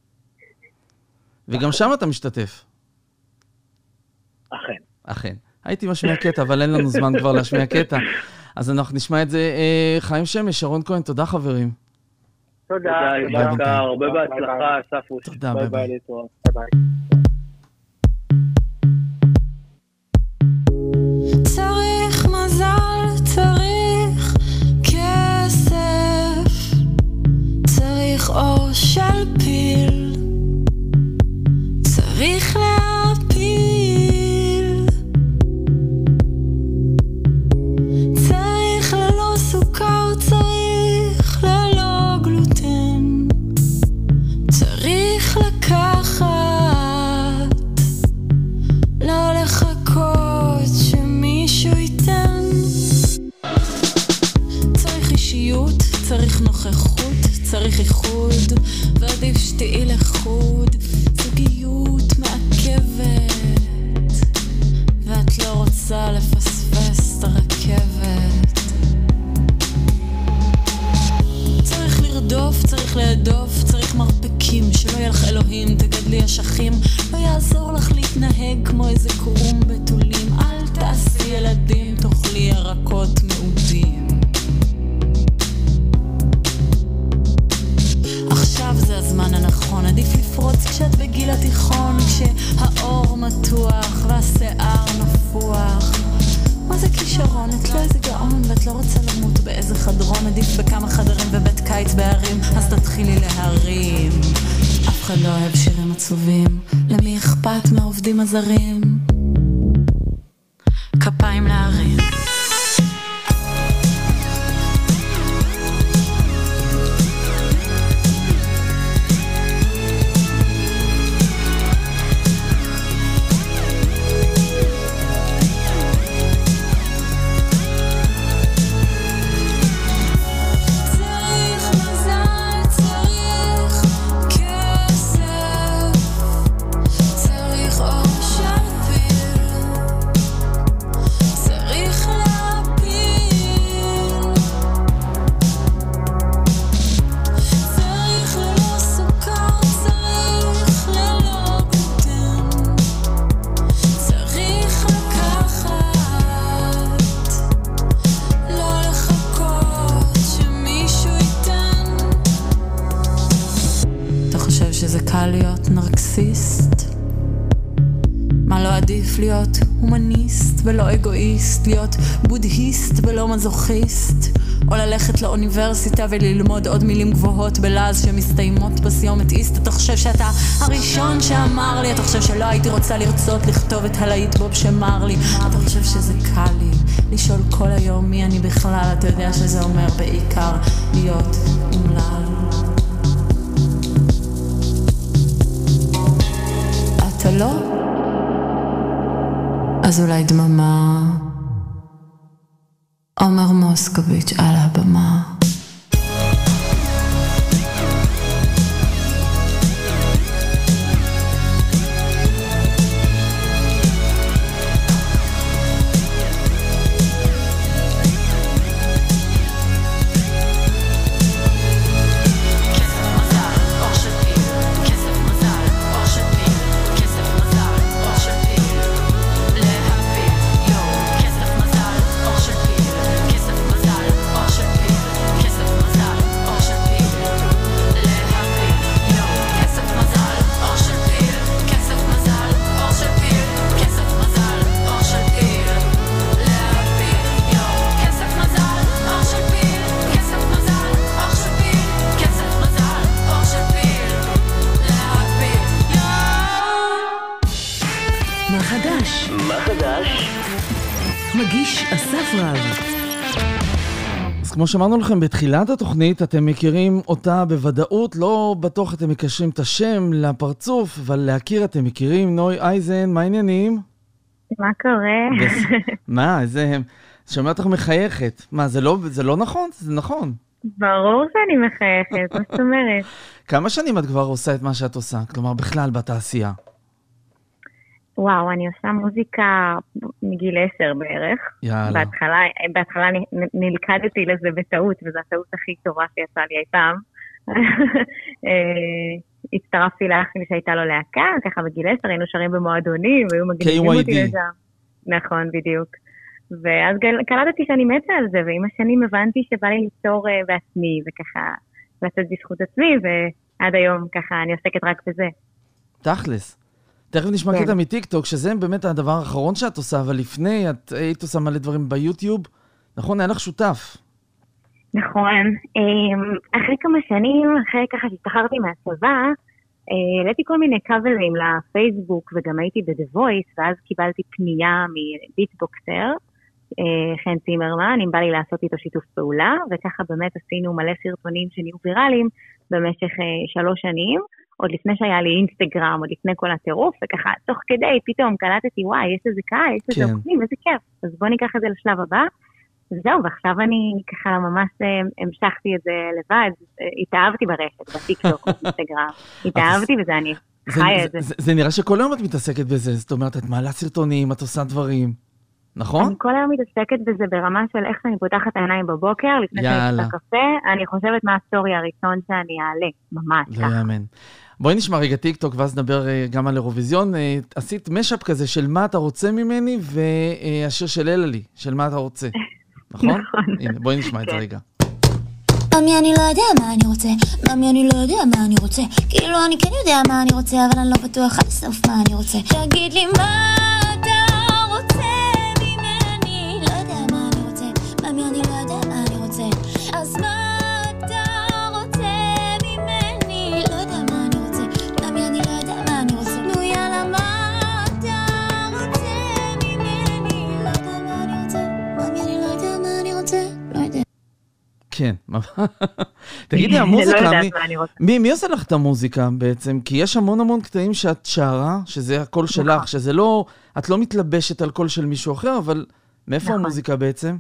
וגם שם אתה משתתף. אכן. אכן. הייתי משמיע קטע, אבל אין לנו זמן כבר להשמיע קטע. אז אנחנו נשמע את זה. חיים שמש, שרון כהן, תודה חברים. תודה. תודה, הרבה בהצלחה, אספוס. תודה, ביי ביי. ביי. צריך מזל, צריך כסף, צריך אור של פיל, צריך להפיל, צריך ללא סוכר, צריך ללא גלוטן, צריך לקחת, לא לחכות שמישהו ייתן. צריך אישיות, צריך נוכחות, צריך איחוד, ועדיף שתהי לחוד. זוגיות מעכבת, ואת לא רוצה לפספס את הרכבת. צריך לרדוף, צריך להדוף, צריך מרפקים, שלא יהיה לך אלוהים, תגדלי אשכים. לא יעזור לך להתנהג כמו איזה קרום בתולים, אל תעשי ילדים, תאכלי ירקות מעודים. עכשיו זה הזמן הנכון, עדיף לפרוץ כשאת בגיל התיכון, כשהאור מתוח והשיער נפוח. מה זה כישרון? את לא איזה גאון, ואת לא רוצה למות באיזה חדרון, עדיף בכמה חדרים בבית קיץ בערים, אז תתחילי להרים. אף אחד לא אוהב שירים עצובים, למי אכפת מהעובדים הזרים? כפיים להרים. להיות הומניסט ולא אגואיסט, להיות בודהיסט ולא מזוכיסט, או ללכת לאוניברסיטה וללמוד עוד מילים גבוהות בלעז שמסתיימות בסיומת איסט. אתה חושב שאתה הראשון שאמר לי, אתה חושב שלא הייתי רוצה לרצות לכתוב את הלהיט בוב שמר לי, אתה חושב שזה קל לי לשאול כל היום מי אני בכלל, אתה יודע שזה אומר בעיקר להיות אומלל. אתה לא? אז אולי דממה. עומר מוסקוביץ' על הבמה. כמו שאמרנו לכם בתחילת התוכנית, אתם מכירים אותה בוודאות, לא בטוח אתם מקשרים את השם לפרצוף, אבל להכיר אתם מכירים. נוי אייזן, מה העניינים? מה קורה? מה, איזה... שומע אותך מחייכת. מה, זה לא, זה לא נכון? זה נכון. ברור שאני מחייכת, מה זאת אומרת? כמה שנים את כבר עושה את מה שאת עושה? כלומר, בכלל בתעשייה. וואו, אני עושה מוזיקה מגיל עשר בערך. יאללה. בהתחלה, בהתחלה נלכדתי לזה בטעות, וזו הטעות הכי טובה שיצא לי אי פעם. הצטרפתי לאחי שהייתה לו להקה, ככה בגיל עשר היינו שרים במועדונים, והיו מגניבים אותי לשם. נכון, בדיוק. ואז קלטתי שאני מתה על זה, ועם השנים הבנתי שבא לי ליצור בעצמי, וככה לצאת בזכות עצמי, ועד היום ככה אני עוסקת רק בזה. תכלס. תכף נשמע קטע מטיקטוק, שזה באמת הדבר האחרון שאת עושה, אבל לפני את היית עושה מלא דברים ביוטיוב, נכון? היה לך שותף. נכון. אחרי כמה שנים, אחרי ככה שהשתחררתי מהצבא, העליתי כל מיני קאברים לפייסבוק, וגם הייתי ב-The Voice, ואז קיבלתי פנייה מביטבוקסר, חן צימרמן, אם בא לי לעשות איתו שיתוף פעולה, וככה באמת עשינו מלא סרטונים שנהיו ויראליים במשך שלוש שנים, עוד לפני שהיה לי אינסטגרם, עוד לפני כל הטירוף, וככה תוך כדי פתאום קלטתי, וואי, יש איזה קהל, יש איזה עוקבים, איזה כיף, אז בוא ניקח את זה לשלב הבא, וזהו, ועכשיו אני ככה ממש המשכתי את זה לבד, התאהבתי ברשת, בטיקטוק, באינסטגרם, התאהבתי וזה אני חיה את זה. זה נראה שכל היום את מתעסקת בזה, זאת אומרת, את מעלה סרטונים, את עושה דברים, נכון? אני כל היום מתעסקת בזה ברמה של איך אני פותחת העיניים בבוקר, לפני שאני אשתה קפה, אני חושבת מה הסטורי הראשון שאני אעלה, ממש ככה. לא יאמן. בואי נשמע רגע טיקטוק, ואז נדבר גם על אירוויזיון. עשית משאפ כזה של מה אתה רוצה ממני, והשיר של אללי, של מה אתה רוצה. נכון? נכון. הנה, בואי נשמע את זה רגע. ממי אני לא יודע מה אני רוצה, ממי אני לא יודע מה אני רוצה, כאילו אני כן יודע מה אני רוצה, אבל אני לא בטוח עד סוף מה אני רוצה. תגיד לי מה אתה רוצה ממני, לא יודע מה אני רוצה, ממי אני לא יודע מה אני רוצה, אז מה אתה רוצה ממני, לא יודע מה אני רוצה, ממי אני לא יודע מה אני רוצה, נו יאללה מה אתה רוצה ממני, לא יודע מה אני רוצה, ממי אני לא יודע מה אני רוצה, לא יודע. כן, תגידי, המוזיקה, מי, מי עושה לך את המוזיקה בעצם? כי יש המון המון קטעים שאת שרה, שזה הקול שלך, שזה לא, את לא מתלבשת על קול של מישהו אחר, אבל מאיפה המוזיקה בעצם?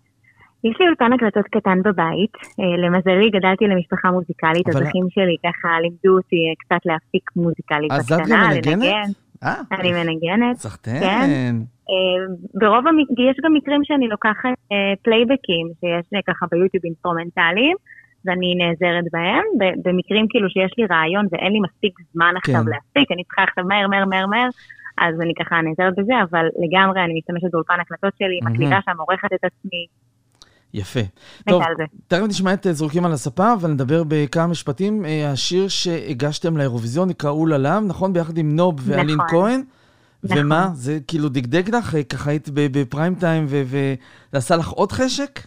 יש לי אולפן הקלטות קטן בבית, למזלי גדלתי למשפחה מוזיקלית, אז אחים שלי ככה לימדו אותי קצת להפיק מוזיקלית בקטנה. אז את גם מנגנת? אני מנגנת. סחטן. ברוב, יש גם מקרים שאני לוקחת פלייבקים, שיש ככה ביוטיוב אינסטרומנטליים, ואני נעזרת בהם, במקרים כאילו שיש לי רעיון ואין לי מספיק זמן עכשיו להפיק, אני צריכה עכשיו מהר, מהר, מהר, מהר, אז אני ככה נעזרת בזה, אבל לגמרי אני משתמשת באולפן הקלטות שלי, מקליטה שם, עורכת את עצמי. יפה. טוב, תכף נשמע את זרוקים על הספה, אבל נדבר בכמה משפטים. השיר שהגשתם לאירוויזיון, נקראו ללם, נכון? ביחד עם נוב ואלין כהן. ומה? זה כאילו דגדג לך? ככה היית בפריים טיים ועשה לך עוד חשק?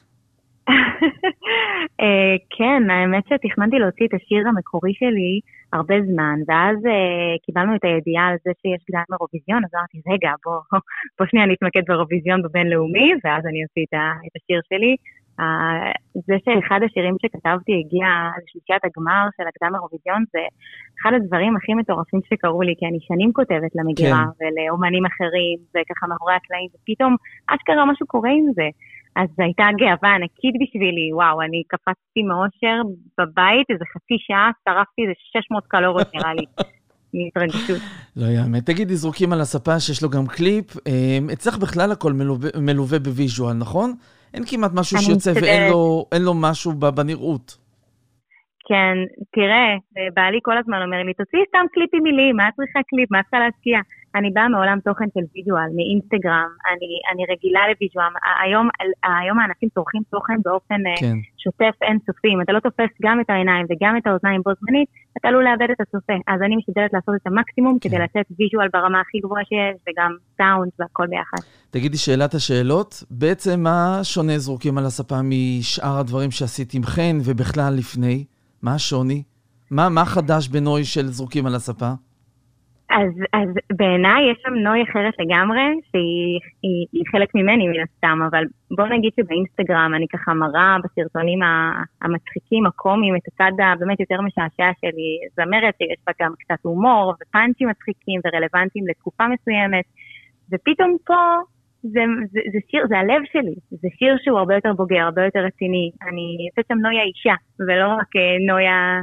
כן, האמת שתכננתי להוציא את השיר המקורי שלי הרבה זמן, ואז קיבלנו את הידיעה על זה שיש קדם אירוויזיון, אז אמרתי, רגע, בוא שנייה נתמקד באירוויזיון בבינלאומי, ואז אני אוציא את השיר שלי. זה שאחד השירים שכתבתי הגיע לשלישיית הגמר של הקדם אירוויזיון, זה אחד הדברים הכי מטורפים שקראו לי, כי אני שנים כותבת למגירה ולאומנים אחרים, וככה מאחורי הקלעים, ופתאום אשכרה משהו קורה עם זה. אז זו הייתה גאווה ענקית בשבילי, וואו, אני קפצתי מאושר בבית, איזה חצי שעה, שרפתי איזה שש מאות קלוריות נראה לי, מהתרגשות. לא יאמת, תגידי, זרוקים על הספה שיש לו גם קליפ, אצלך בכלל הכל מלווה בוויז'ואל, נכון? אין כמעט משהו שיוצא ואין לו, אין לו משהו בנראות. כן, תראה, בעלי כל הזמן אומר לי, תוציא סתם קליפים מילים, מה צריכה קליפ, מה צריכה להשקיע? אני באה מעולם תוכן של ויז'ואל, מאינסטגרם, אני, אני רגילה לויז'ואל, היום, היום האנשים צורכים תוכן באופן כן. שוטף אינסופי, אם אתה לא תופס גם את העיניים וגם את האוזניים בו זמנית, אתה עלול לאבד את הצופה, אז אני משתדלת לעשות את המקסימום כן. כדי לתת ויז'ואל ברמה הכי גבוהה שיש, וגם סאונד והכל ביחד. תגידי, שאלת השאלות, בעצם מה שונה זרוקים על הספה משאר הדברים שעשית עם חן ובכלל לפני? מה השוני? מה, מה חדש בנוי של זרוקים על הספה? אז, אז בעיניי יש שם נוי אחרת לגמרי, שהיא היא, היא חלק ממני מן הסתם, אבל בוא נגיד שבאינסטגרם אני ככה מראה בסרטונים המצחיקים, הקומיים, את הצד הבאמת יותר משעשע שלי, זמרת שיש בה גם קצת הומור ופאנצ'ים מצחיקים ורלוונטיים לתקופה מסוימת, ופתאום פה זה, זה, זה שיר, זה הלב שלי, זה שיר שהוא הרבה יותר בוגר, הרבה יותר רציני, אני חושבת שם נוי האישה, ולא רק נוי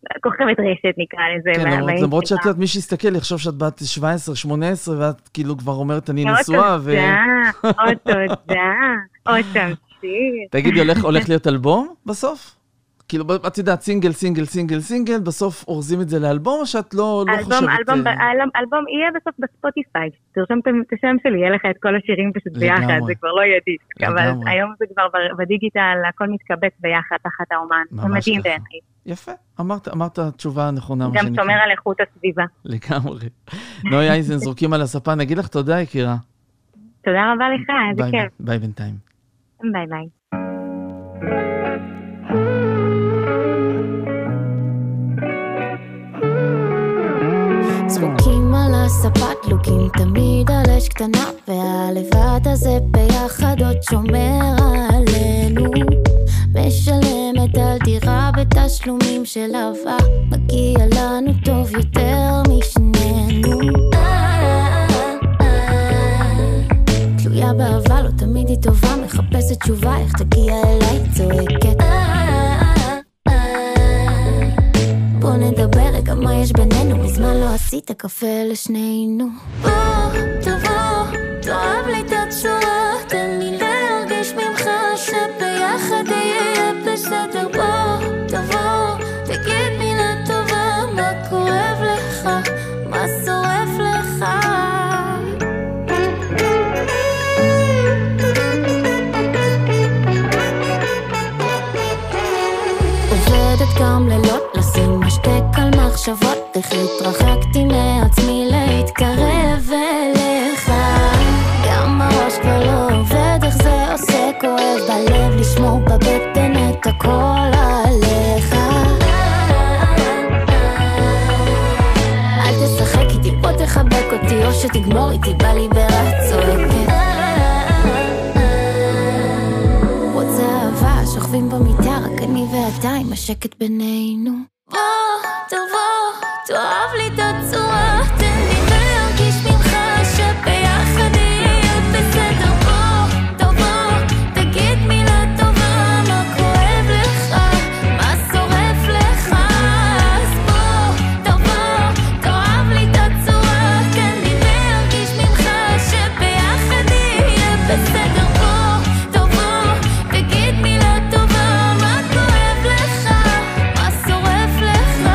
כוכבת רשת נקרא לזה. כן, למרות שאת יודעת, מי שיסתכל יחשוב שאת בת שבע עשרה שמונה עשרה, ואת כאילו כבר אומרת, אני נשואה, ו... עוד תודה, עוד תודה, עוד תמשיך. תגידי, הולך להיות אלבום בסוף? כאילו, את יודעת, סינגל, סינגל, סינגל, סינגל, בסוף אורזים את זה לאלבום, או שאת לא חושבת... אלבום יהיה בסוף בספוטיפיי. תרשום את השם שלי, יהיה לך את כל השירים פשוט ביחד, זה כבר לא יהיה דיסק, אבל היום זה כבר בדיגיטל, הכל מתקבץ ביחד תחת האומן. זה מדהים בעיניי. יפה, אמרת תשובה נכונה. גם שומר על איכות הסביבה. לגמרי. נוי אייזן, זורקים על הספה, נגיד לך תודה, יקירה. תודה רבה לך, איזה כיף. ביי בינתיים. ביי ביי. זרוקים על הספה, דלוקים תמיד על אש קטנה, והלבד הזה ביחד עוד שומר עלינו. משלמת על דירה בתשלומים של אהבה, מגיע לנו טוב יותר משנינו. תלויה באהבה, לא תמיד היא טובה, מחפשת תשובה, איך תגיע אליי צועקת. בוא נדבר רגע מה יש בינינו, מזמן לא עשית קפה לשנינו. בוא, תבוא, תאהב לי את הצורה, תן לי להרגיש ממך שביחד יהיה בסדר. בוא, תבוא, תגיד מילה טובה, מה כואב לך, מה שורף לך. עובדת גם לילות, לשים משתק על מחשבות, איך התרחקתי מעצמי להתקרב אליך. גם הראש כבר לא עובד, איך זה עושה כואב בלב לשמור בבטן את הכל עליך. אל תשחק איתי, בוא תחבק אותי, או שתגמור איתי, בא לי ברעת צועקת. רוצה אהבה, שוכבים במיטה, רק אני ואתה עם השקט בינינו. בוא, תבוא, תאהב לי את הצורה, תן לי להרגיש ממך שביחד יהיה בסדר. בוא, תבוא, תגיד מילה טובה, מה כואב לך, מה שורף לך. אז בוא, תבוא, תאהב לי את הצורה, תן לי להרגיש ממך שביחד יהיה בסדר. בוא, תבוא, תגיד מילה טובה, מה כואב לך, מה שורף לך.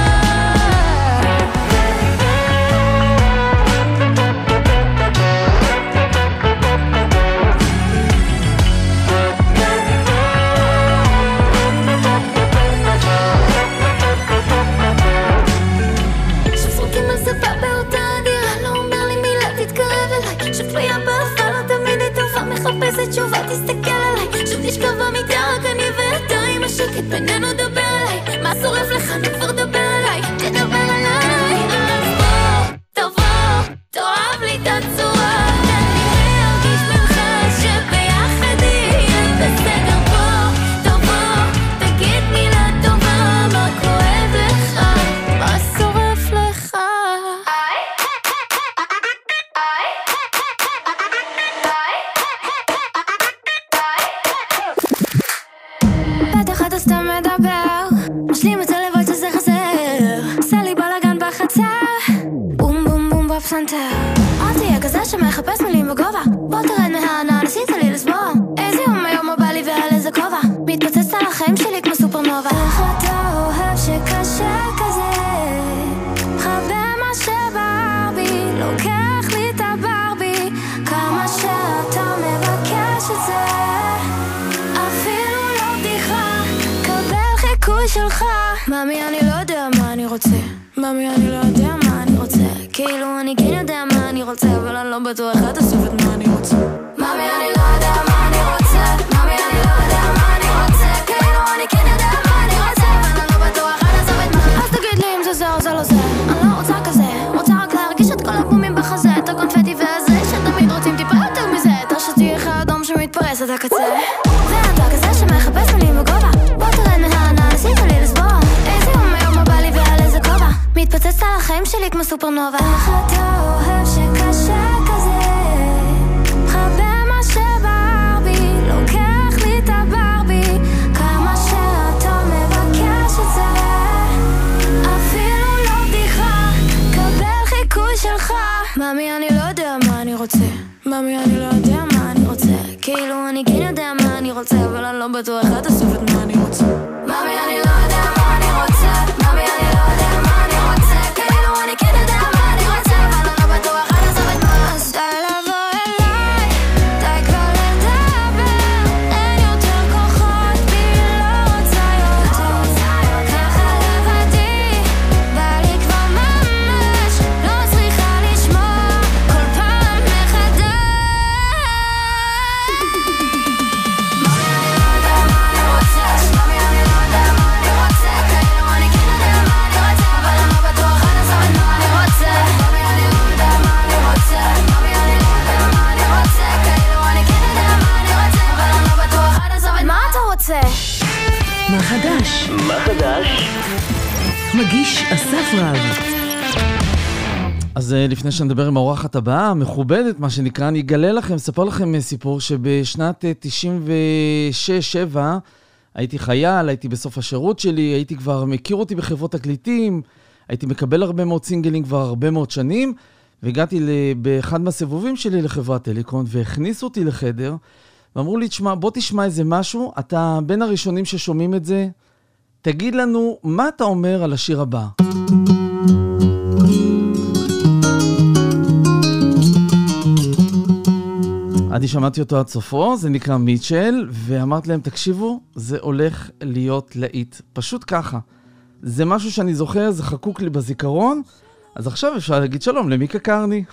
שזרוקים על ספה באותה דירה, לא אומר לי מילה, תתקרב אליי. שפויה באפה, לא תמיד היא טובה, מחפשת תשובה, תסתכל עליי. שוב נשכב במיטה, רק אני ואתה עם השקט בינינו, דבר אליי. מה שורף לך, נו כבר דבר אליי, תדבר עליי. אז בוא, תבוא, תאהב לי את הצורה, תן לי להרגיש ממך שביחד יהיה בסדר. בוא, תבוא, תגיד מילה טובה, מה כואב לך, מה שורף לך. בטח אתה סתם מדבר, משלים את הלבד שזה חסר, עשה לי בלגן בחצר, בום בום בום בפסנתר. אל תהיה כזה שמחפש מילים בגובה, בוא תרד מהענן, עשית לי לסבוע. איזה יום היום בא לי ועל איזה כובע, מתפוצץ על החיים שלי כמו סופרנובה. איך אתה אוהב שקשה כזה, חבר מה שבער בי, לוקח לי את הברבי, כמה שאתה מבקש את זה, אפילו לא בדיחה, קבל חיקוי שלך. ממי אני לא יודע מה אני רוצה, ממי אני לא יודע מה אני רוצה, כאילו אני כן יודע מה אני רוצה, אבל אני לא בטוח עד הסוף את מה אני רוצה. ממי אני לא יודע מה אני רוצה, ממי אני לא יודע מה אני רוצה, כאילו אני כן יודע מה אני רוצה, אבל אני לא בטוח עד הסוף את מה. אז תגיד לי אם זה זה או זה לא זה, אני לא רוצה כזה, רוצה רק להרגיש את כל הבומים בחזה, את הקונפטי והזה שתמיד רוצים טיפה יותר מזה, את השתי אחד אדום שמתפרס עד הקצה, ואתה כזה שמחפש מילים בגובה, בוא תרד מהענן, עשית לי לסבוע. איזה יום היום בא לי ועל איזה כובע, מתפוצץ על החיים שלי כמו סופרנובה. איך אתה אוהב שקשה כזה, חבר מה שבער בי, לוקח לי את הברבי, כמה שאתה מבקש את זה, מאמי אני לא יודע מה אני רוצה, מאמי אני לא יודע מה אני רוצה, כאילו אני כן יודע מה אני רוצה, אבל אני לא בטוח עד הסוף את מה אני רוצה. מאמי אני לא יודע מה אני רוצה, מאמי אני לא יודע מה אני רוצה, כאילו אני כן יודע מה אני רוצה, אבל אני לא בטוח עד הסוף את מה. אז די לבוא אליי, די כבר לדבר, אין יותר כוחות בי, לא רוצה יותר, ככה לבדי, בא לי כבר ממש, לא צריכה לשמוע כל פעם מחדש. מאמי אני לא יודע מה אני רוצה, מאמי אני לא יודע מה אני רוצה, כאילו אני כן יודע מה אני רוצה, אבל אני לא בטוח עד הסוף את מה אני רוצה. מאמי אני לא יודע מה אני רוצה, מאמי אני לא יודע מה אני רוצה, כאילו אני כן יודע מה אני רוצה, אבל אני לא בטוח עד הסוף את מה אתה רוצה. מה חדש? מה חדש? מגיש אסף רב. אז אה, לפני שנדבר עם האורחת הבאה, המכובדת, מה שנקרא, אני אגלה לכם, אספר לכם אה, סיפור שבשנת אה, תשעים ושש שבע הייתי חייל, הייתי בסוף השירות שלי, הייתי כבר מכיר אותי בחברות תקליטים, הייתי מקבל הרבה מאוד סינגלים כבר הרבה מאוד שנים, והגעתי ל- באחד מהסיבובים שלי לחברת טליקון, והכניסו אותי לחדר, ואמרו לי, תשמע, בוא תשמע איזה משהו, אתה בין הראשונים ששומעים את זה, תגיד לנו מה אתה אומר על השיר הבא. אני שמעתי אותו עד סופו, זה נקרא מיטשל, ואמרתי להם, תקשיבו, זה הולך להיות להיט. פשוט ככה. זה משהו שאני זוכר, זה חקוק לי בזיכרון, אז עכשיו אפשר להגיד שלום למיקה קרני.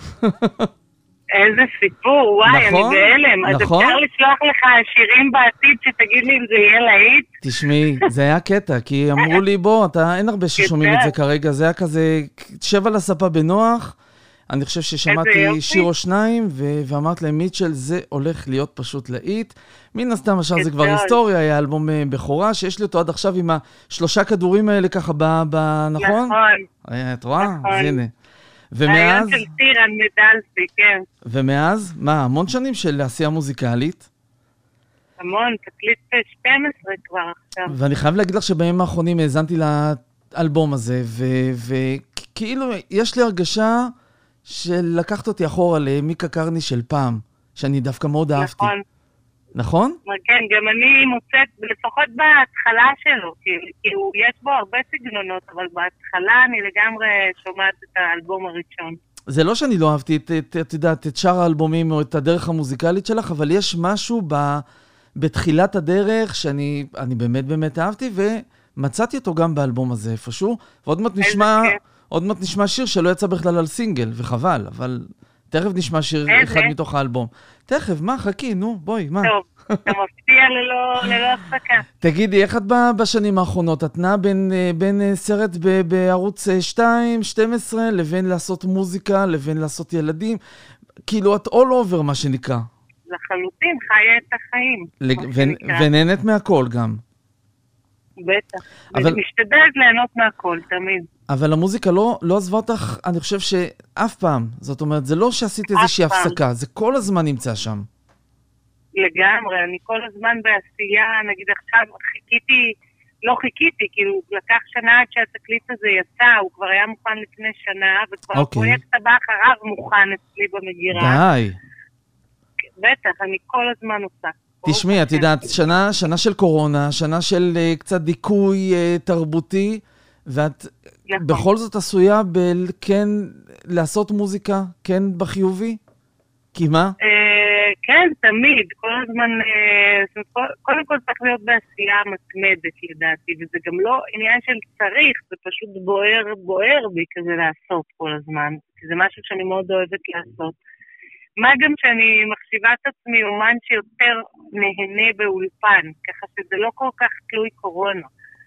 איזה סיפור, וואי, נכון, אני בהלם. אז נכון. אפשר לשלוח לך שירים בעתיד שתגיד לי אם זה יהיה להיט? תשמעי, זה היה קטע, כי אמרו לי, בוא, אתה, אין הרבה ששומעים את זה כרגע, זה היה כזה, שב על הספה בנוח, אני חושב ששמעתי שיר או שניים, ו- ואמרת להם, מיטשל, זה הולך להיות פשוט להיט. מן הסתם, עכשיו זה כבר היסטוריה, היה אלבום אה, בכורה, שיש לי אותו עד עכשיו עם השלושה כדורים האלה ככה, ב- ב- נכון? נכון. אה, את רואה? נכון. אז הנה. ומאז, הרעיון של טירן מדלסי, כן. ומאז, מה, המון שנים של עשייה מוזיקלית, המון, תקליט שתים עשרה כבר עכשיו. ואני חייב להגיד לך שבימים האחרונים האזנתי לאלבום הזה, וכאילו יש לי הרגשה של לקחת אותי אחורה למיקה קרני של פעם, שאני דווקא מאוד אהבתי. נכון. נכון? כן, גם אני מוצאת, לפחות בהתחלה שלו, כאילו יש בו הרבה סגנונות, אבל בהתחלה אני לגמרי שומעת את האלבום הראשון. זה לא שאני לא אהבתי את, את, את, את, את שאר האלבומים או את הדרך המוזיקלית שלך, אבל יש משהו ב, בתחילת הדרך שאני אני באמת באמת אהבתי, ומצאתי אותו גם באלבום הזה איפשהו, ועוד מעט נשמע, עוד מעט נשמע שיר שלא יצא בכלל על סינגל, וחבל, אבל תכף נשמע שיר איזה? אחד מתוך האלבום. תכף, מה, חכי, נו, בואי, מה? טוב, אתה מפתיע ללא, ללא הפסקה. תגידי, איך את ב- בשנים האחרונות? את נעה בין, אה, בין אה, סרט ב- בערוץ אה, שתיים, שתים עשרה, לבין לעשות מוזיקה, לבין לעשות ילדים? כאילו, את all over, מה שנקרא. לחלוטין, חיה את החיים. לג- מה ו- שנקרא. ונהנת מהכל גם. בטח. אבל- ומשתדלת ליהנות מהכל, תמיד. אבל המוזיקה לא, לא עזבה אותך, אני חושב שאף פעם. זאת אומרת, זה לא שעשית איזושהי פעם. הפסקה, זה כל הזמן נמצא שם. לגמרי, אני כל הזמן בעשייה, נגיד עכשיו חיכיתי, לא חיכיתי, כאילו לקח שנה עד שהתקליט הזה יצא, הוא כבר היה מוכן לפני שנה, וכבר אוקיי. הפרויקט הבא אחריו מוכן אצלי במגירה. די. בטח, אני כל הזמן עושה. תשמעי, את יודעת, שנה, שנה של קורונה, שנה של uh, קצת דיכוי uh, תרבותי, ואת נכון. בכל זאת עשויה ב- כן לעשות מוזיקה, כן בחיובי? כי מה? אה, כן, תמיד, כל הזמן, אה, זאת אומרת, כל- קודם כל צריך להיות בעשייה מתמדת לדעתי, וזה גם לא עניין של צריך, זה פשוט בוער, בוער בי כזה לעשות כל הזמן, כי זה משהו שאני מאוד אוהבת לעשות. מה גם שאני מחשיבה את עצמי אומן שיותר נהנה באולפן, ככה שזה לא כל כך תלוי קורונה.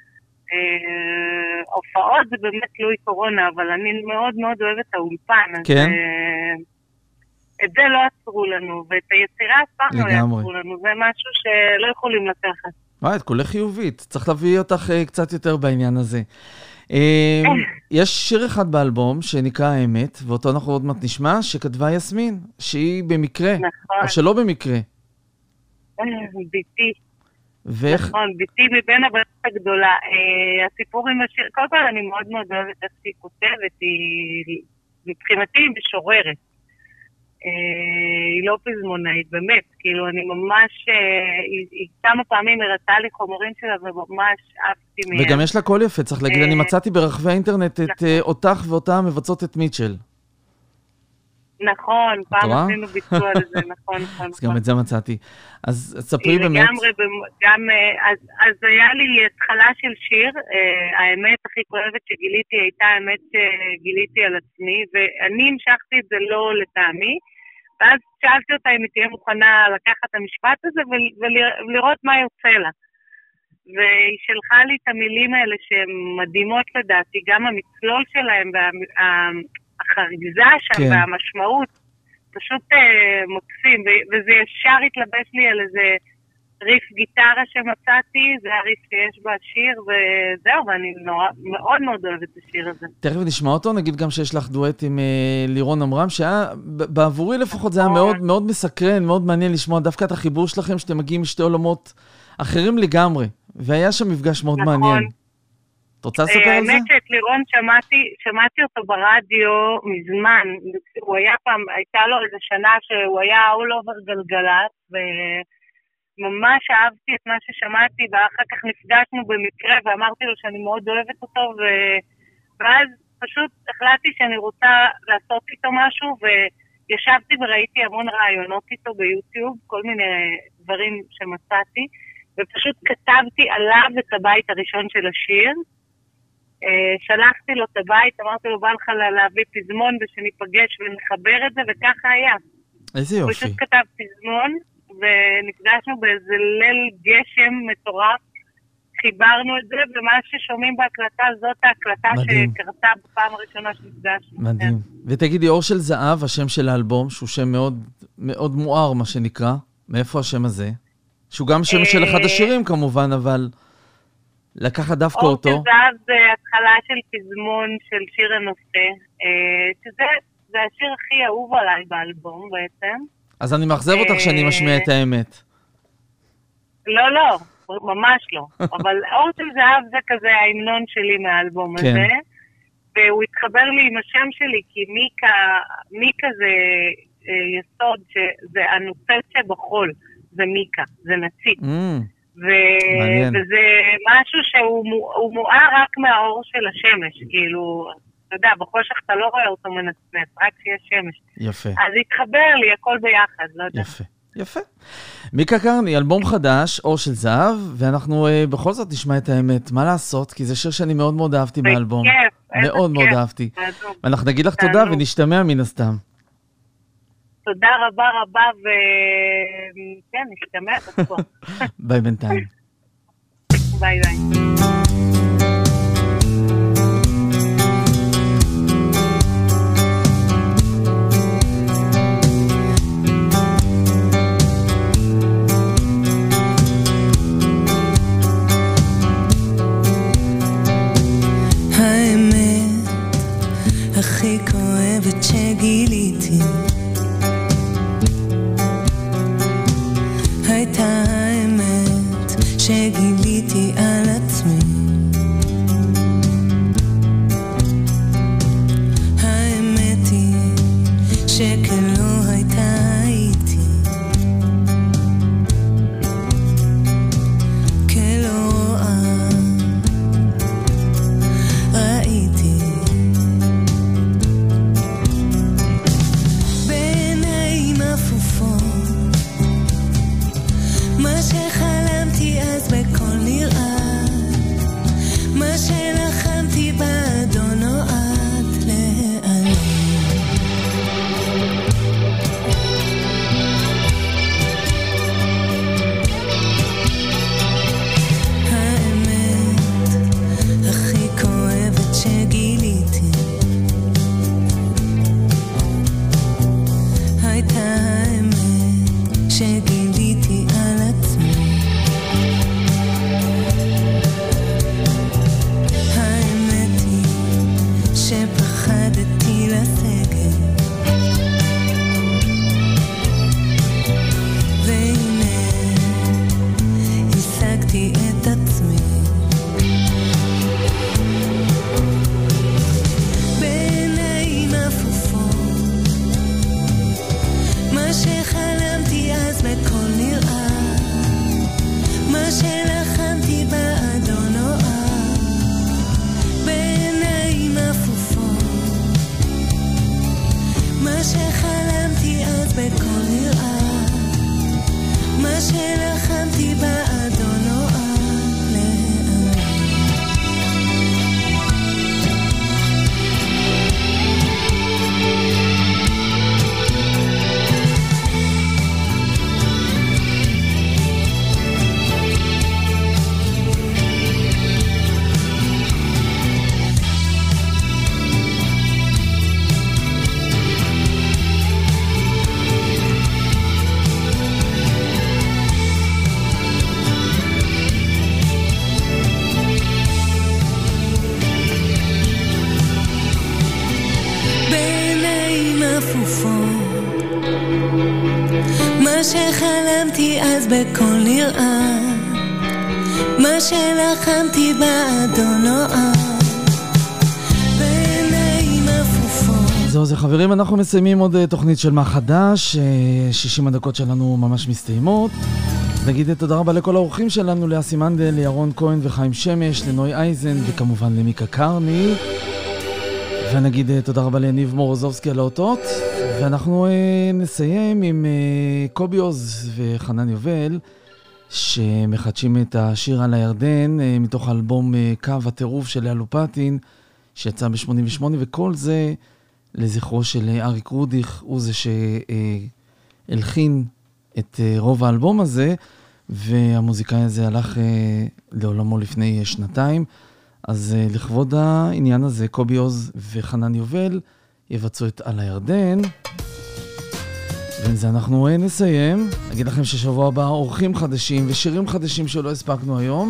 אה, הופעות זה באמת תלוי קורונה, אבל אני מאוד מאוד אוהבת את האולפן. אז, כן. אה, את זה לא עצרו לנו, ואת היצירה אף פעם לא לגמרי. יעצרו לנו, זה משהו שלא יכולים לקחת. וואי, את כולה חיובית. צריך להביא אותך uh, קצת יותר בעניין הזה. Uh, יש שיר אחד באלבום שנקרא האמת, ואותו אנחנו עוד מעט נשמע, שכתבה יסמין, שהיא במקרה, נכון. או שלא במקרה. אה, ביתי. ואיך... נכון, ביתי מבין הבנות הגדולה. אה, הסיפור עם השיר, קודם כל אני מאוד מאוד אוהבת איך שהיא כותבת, היא מבחינתי היא משוררת. היא לא פזמונאית, באמת, כאילו אני ממש, היא כמה פעמים הראתה לי חומרים שלה וממש אהבתי מהם. וגם יש לה קול יפה, צריך להגיד, אני מצאתי ברחבי האינטרנט את אותך ואותה מבצעות את מיטשל. נכון, פעם עשינו ביצוע לזה, נכון, נכון. אז גם את זה מצאתי. אז ספרי באמת. גם, אז היה לי התחלה של שיר, האמת הכי כואבת שגיליתי הייתה האמת שגיליתי על עצמי, ואני המשכתי את זה לא לטעמי, ואז שאלתי אותה אם היא תהיה מוכנה לקחת את המשפט הזה ולראות מה יוצא לה. והיא שלחה לי את המילים האלה שהן מדהימות לדעתי, גם המצלול שלהם והחריזה שם כן. והמשמעות, פשוט uh, מוקסים, וזה ישר התלבש לי על איזה ריף גיטרה שמצאתי, זה הריף שיש בשיר, וזהו, ואני נורא, מאוד מאוד אוהבת את השיר הזה. תכף נשמע אותו, נגיד גם שיש לך דואט עם uh, לירון אמרם, שהיה, בעבורי לפחות זה היה מאוד, מאוד מסקרן, מאוד מעניין לשמוע דווקא את החיבור שלכם, שאתם מגיעים משתי עולמות אחרים לגמרי, והיה שם מפגש מאוד נכון. מעניין. את רוצה לספר על זה? האמת שאת לירון שמעתי, שמעתי אותו ברדיו מזמן, הוא היה פעם, הייתה לו איזו שנה שהוא היה all over גלגלת, וממש אהבתי את מה ששמעתי, ואחר כך נפגשנו במקרה, ואמרתי לו שאני מאוד אוהבת אותו, ו... ואז פשוט החלטתי שאני רוצה לעשות איתו משהו, וישבתי וראיתי המון רעיונות איתו ביוטיוב, כל מיני דברים שמצאתי, ופשוט כתבתי עליו את הבית הראשון של השיר, שלחתי לו את הבית, אמרתי לו, בא לך להביא פזמון ושניפגש ונחבר את זה, וככה היה. איזה יופי. פשוט כתב פזמון, ונפגשנו באיזה ליל גשם מטורף, חיברנו את זה, ומה ששומעים בהקלטה, זאת ההקלטה שקרתה בפעם הראשונה שנפגשנו. מדהים. ותגידי, אור של זהב, השם של האלבום, שהוא שם מאוד, מאוד מואר, מה שנקרא. מאיפה השם הזה? שהוא גם שם של אחד השירים כמובן, אבל לקחת דווקא אותו. אור של זהב זה התחלה של פזמון של שיר הנושא, שזה זה השיר הכי אהוב עליי באלבום בעצם. אז אני מחזב אותך שאני משמיע את האמת. לא, לא, ממש לא. אבל אור של זהב זה כזה ההמנון שלי מהאלבום הזה, והוא התחבר לי עם השם שלי, כי מיקה, מיקה זה יסוד, שזה הנוצץ שבחול. זה מיקה, זה נציג. Mm, ו- וזה משהו שהוא מואר רק מהאור של השמש, כאילו, אתה יודע, בחושך אתה לא רואה אותו מנצנץ, רק שיש שמש. יפה. אז התחבר לי, הכל ביחד, לא יודע. יפה, יפה. מיקה קרני, אלבום חדש, אור של זהב, ואנחנו uh, בכל זאת נשמע את האמת, מה לעשות? כי זה שיר שאני מאוד מאוד אהבתי באלבום. בכיף, איזה מאוד כיף. מאוד אהבתי. ואנחנו נגיד לך תודה ונשתמע מן הסתם. תודה רבה רבה, וכן, נשתמע בכל. ביי בינתיים. ביי ביי. האמת הכי כואבת שגיליתי הייתה האמת שגיליתי על עצמי. האמת היא שכלא הייתה איתי, כלא רואה ראיתי בעיניים אפופות מה שחלמתי אז בכל נראה, מה שלחמתי בעדו נועד להיעלם. האמת הכי כואבת שגיליתי הייתה האמת שגיליתי על עצמי. האמת היא שפחדתי לסגת, והנה השגתי את עצמי. בעיניים אפופות אפופות, מה שחלמתי אז בכל נראה, מה שלחמתי בעדו נועד, בעיניים אפופות. זהו זה חברים, אנחנו מסיימים עוד תוכנית של מה חדש, שישים הדקות שלנו ממש מסתיימות. נגיד תודה רבה לכל האורחים שלנו, לאסי מנדל, לירון כהן וחיים שמש, לנוי אייזן וכמובן למיקה קרני. ונגיד תודה רבה ליניב מורוזובסקי על האותות. ואנחנו אה, נסיים עם אה, קובי עוז וחנן יובל, שמחדשים את השיר על הירדן, אה, מתוך האלבום אה, קו הטירוף של לאה לופטין, שיצא ב-שמונים ושמונה, וכל זה לזכרו של אה, אריק רודיך, הוא זה שהלחין את אה, רוב האלבום הזה, והמוזיקאי הזה הלך אה, לעולמו לפני אה, שנתיים. אז uh, לכבוד העניין הזה, קובי עוז וחנן יובל יבצעו את על הירדן. ועם זה אנחנו uh, נסיים. נגיד לכם ששבוע הבא אורחים חדשים ושירים חדשים שלא הספקנו היום.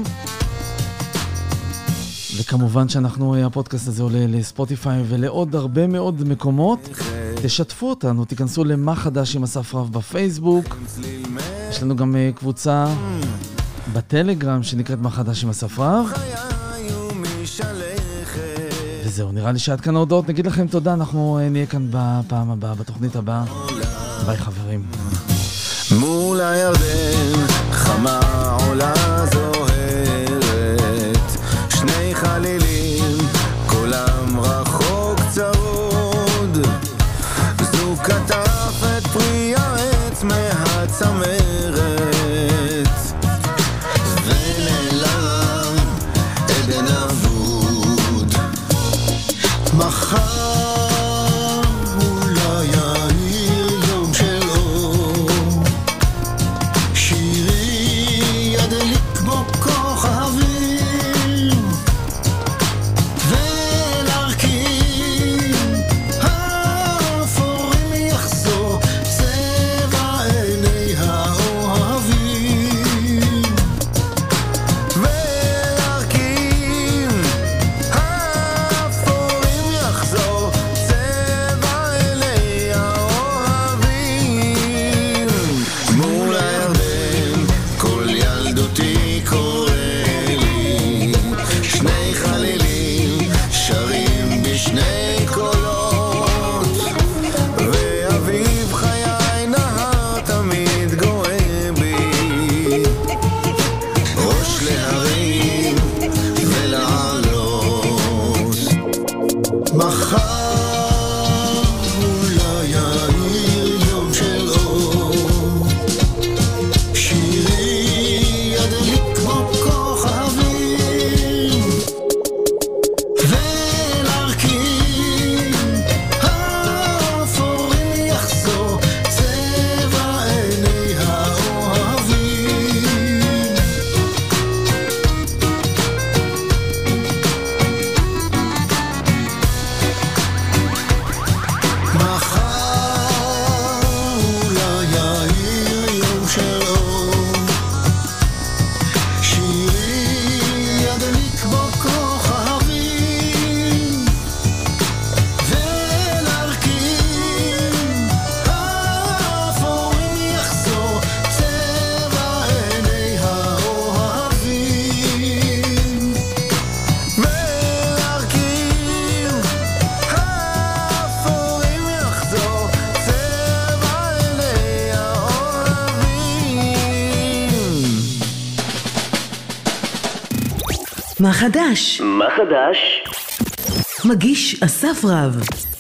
וכמובן שאנחנו, uh, הפודקאסט הזה עולה לספוטיפיי ולעוד הרבה מאוד מקומות. תשתפו אותנו, תיכנסו למה חדש עם אסף רב בפייסבוק. יש לנו גם uh, קבוצה בטלגרם שנקראת מה חדש עם אסף רב. וזהו, נראה לי שעד כאן ההודעות. נגיד לכם תודה, אנחנו נהיה כאן בפעם הבאה, בתוכנית הבאה. ביי חברים. מול הירדן חמה עולה זוהרת, שני חלילים קולם רחוק צרוד, זו כתף את פרי העץ מהצמרת, ונעלם עדן אבוד. מחר אולי יאיר יום של אור, שירי ידליק כמו כוכבים, ולהרכיב האפורים יחזור צבע עיני האוהבים, ולהרכיב האפורים יחזור צבע עיני האוהבים. מול הירדן כל ילדותי קורא לי, שני חלילים שרים בשני קולות, ואביב חיי נהר תמיד גואה בי, ראש להרים ולעלות. מחר אולי יאיר יום של אור, שירי ידליק כמו כוכבים, ולהרכיב האפורים יחזור צבע עיני האוהבים. מחר אולי יאיר יום של אור, שירי ידליק כמו כוכבים, ולהרכיב האפורים יחזור צבע עיני האוהבים, ולהרכיב האפורים יחזור צבע עיני האוהבים. מה חדש? מה חדש? מגיש אסף רב.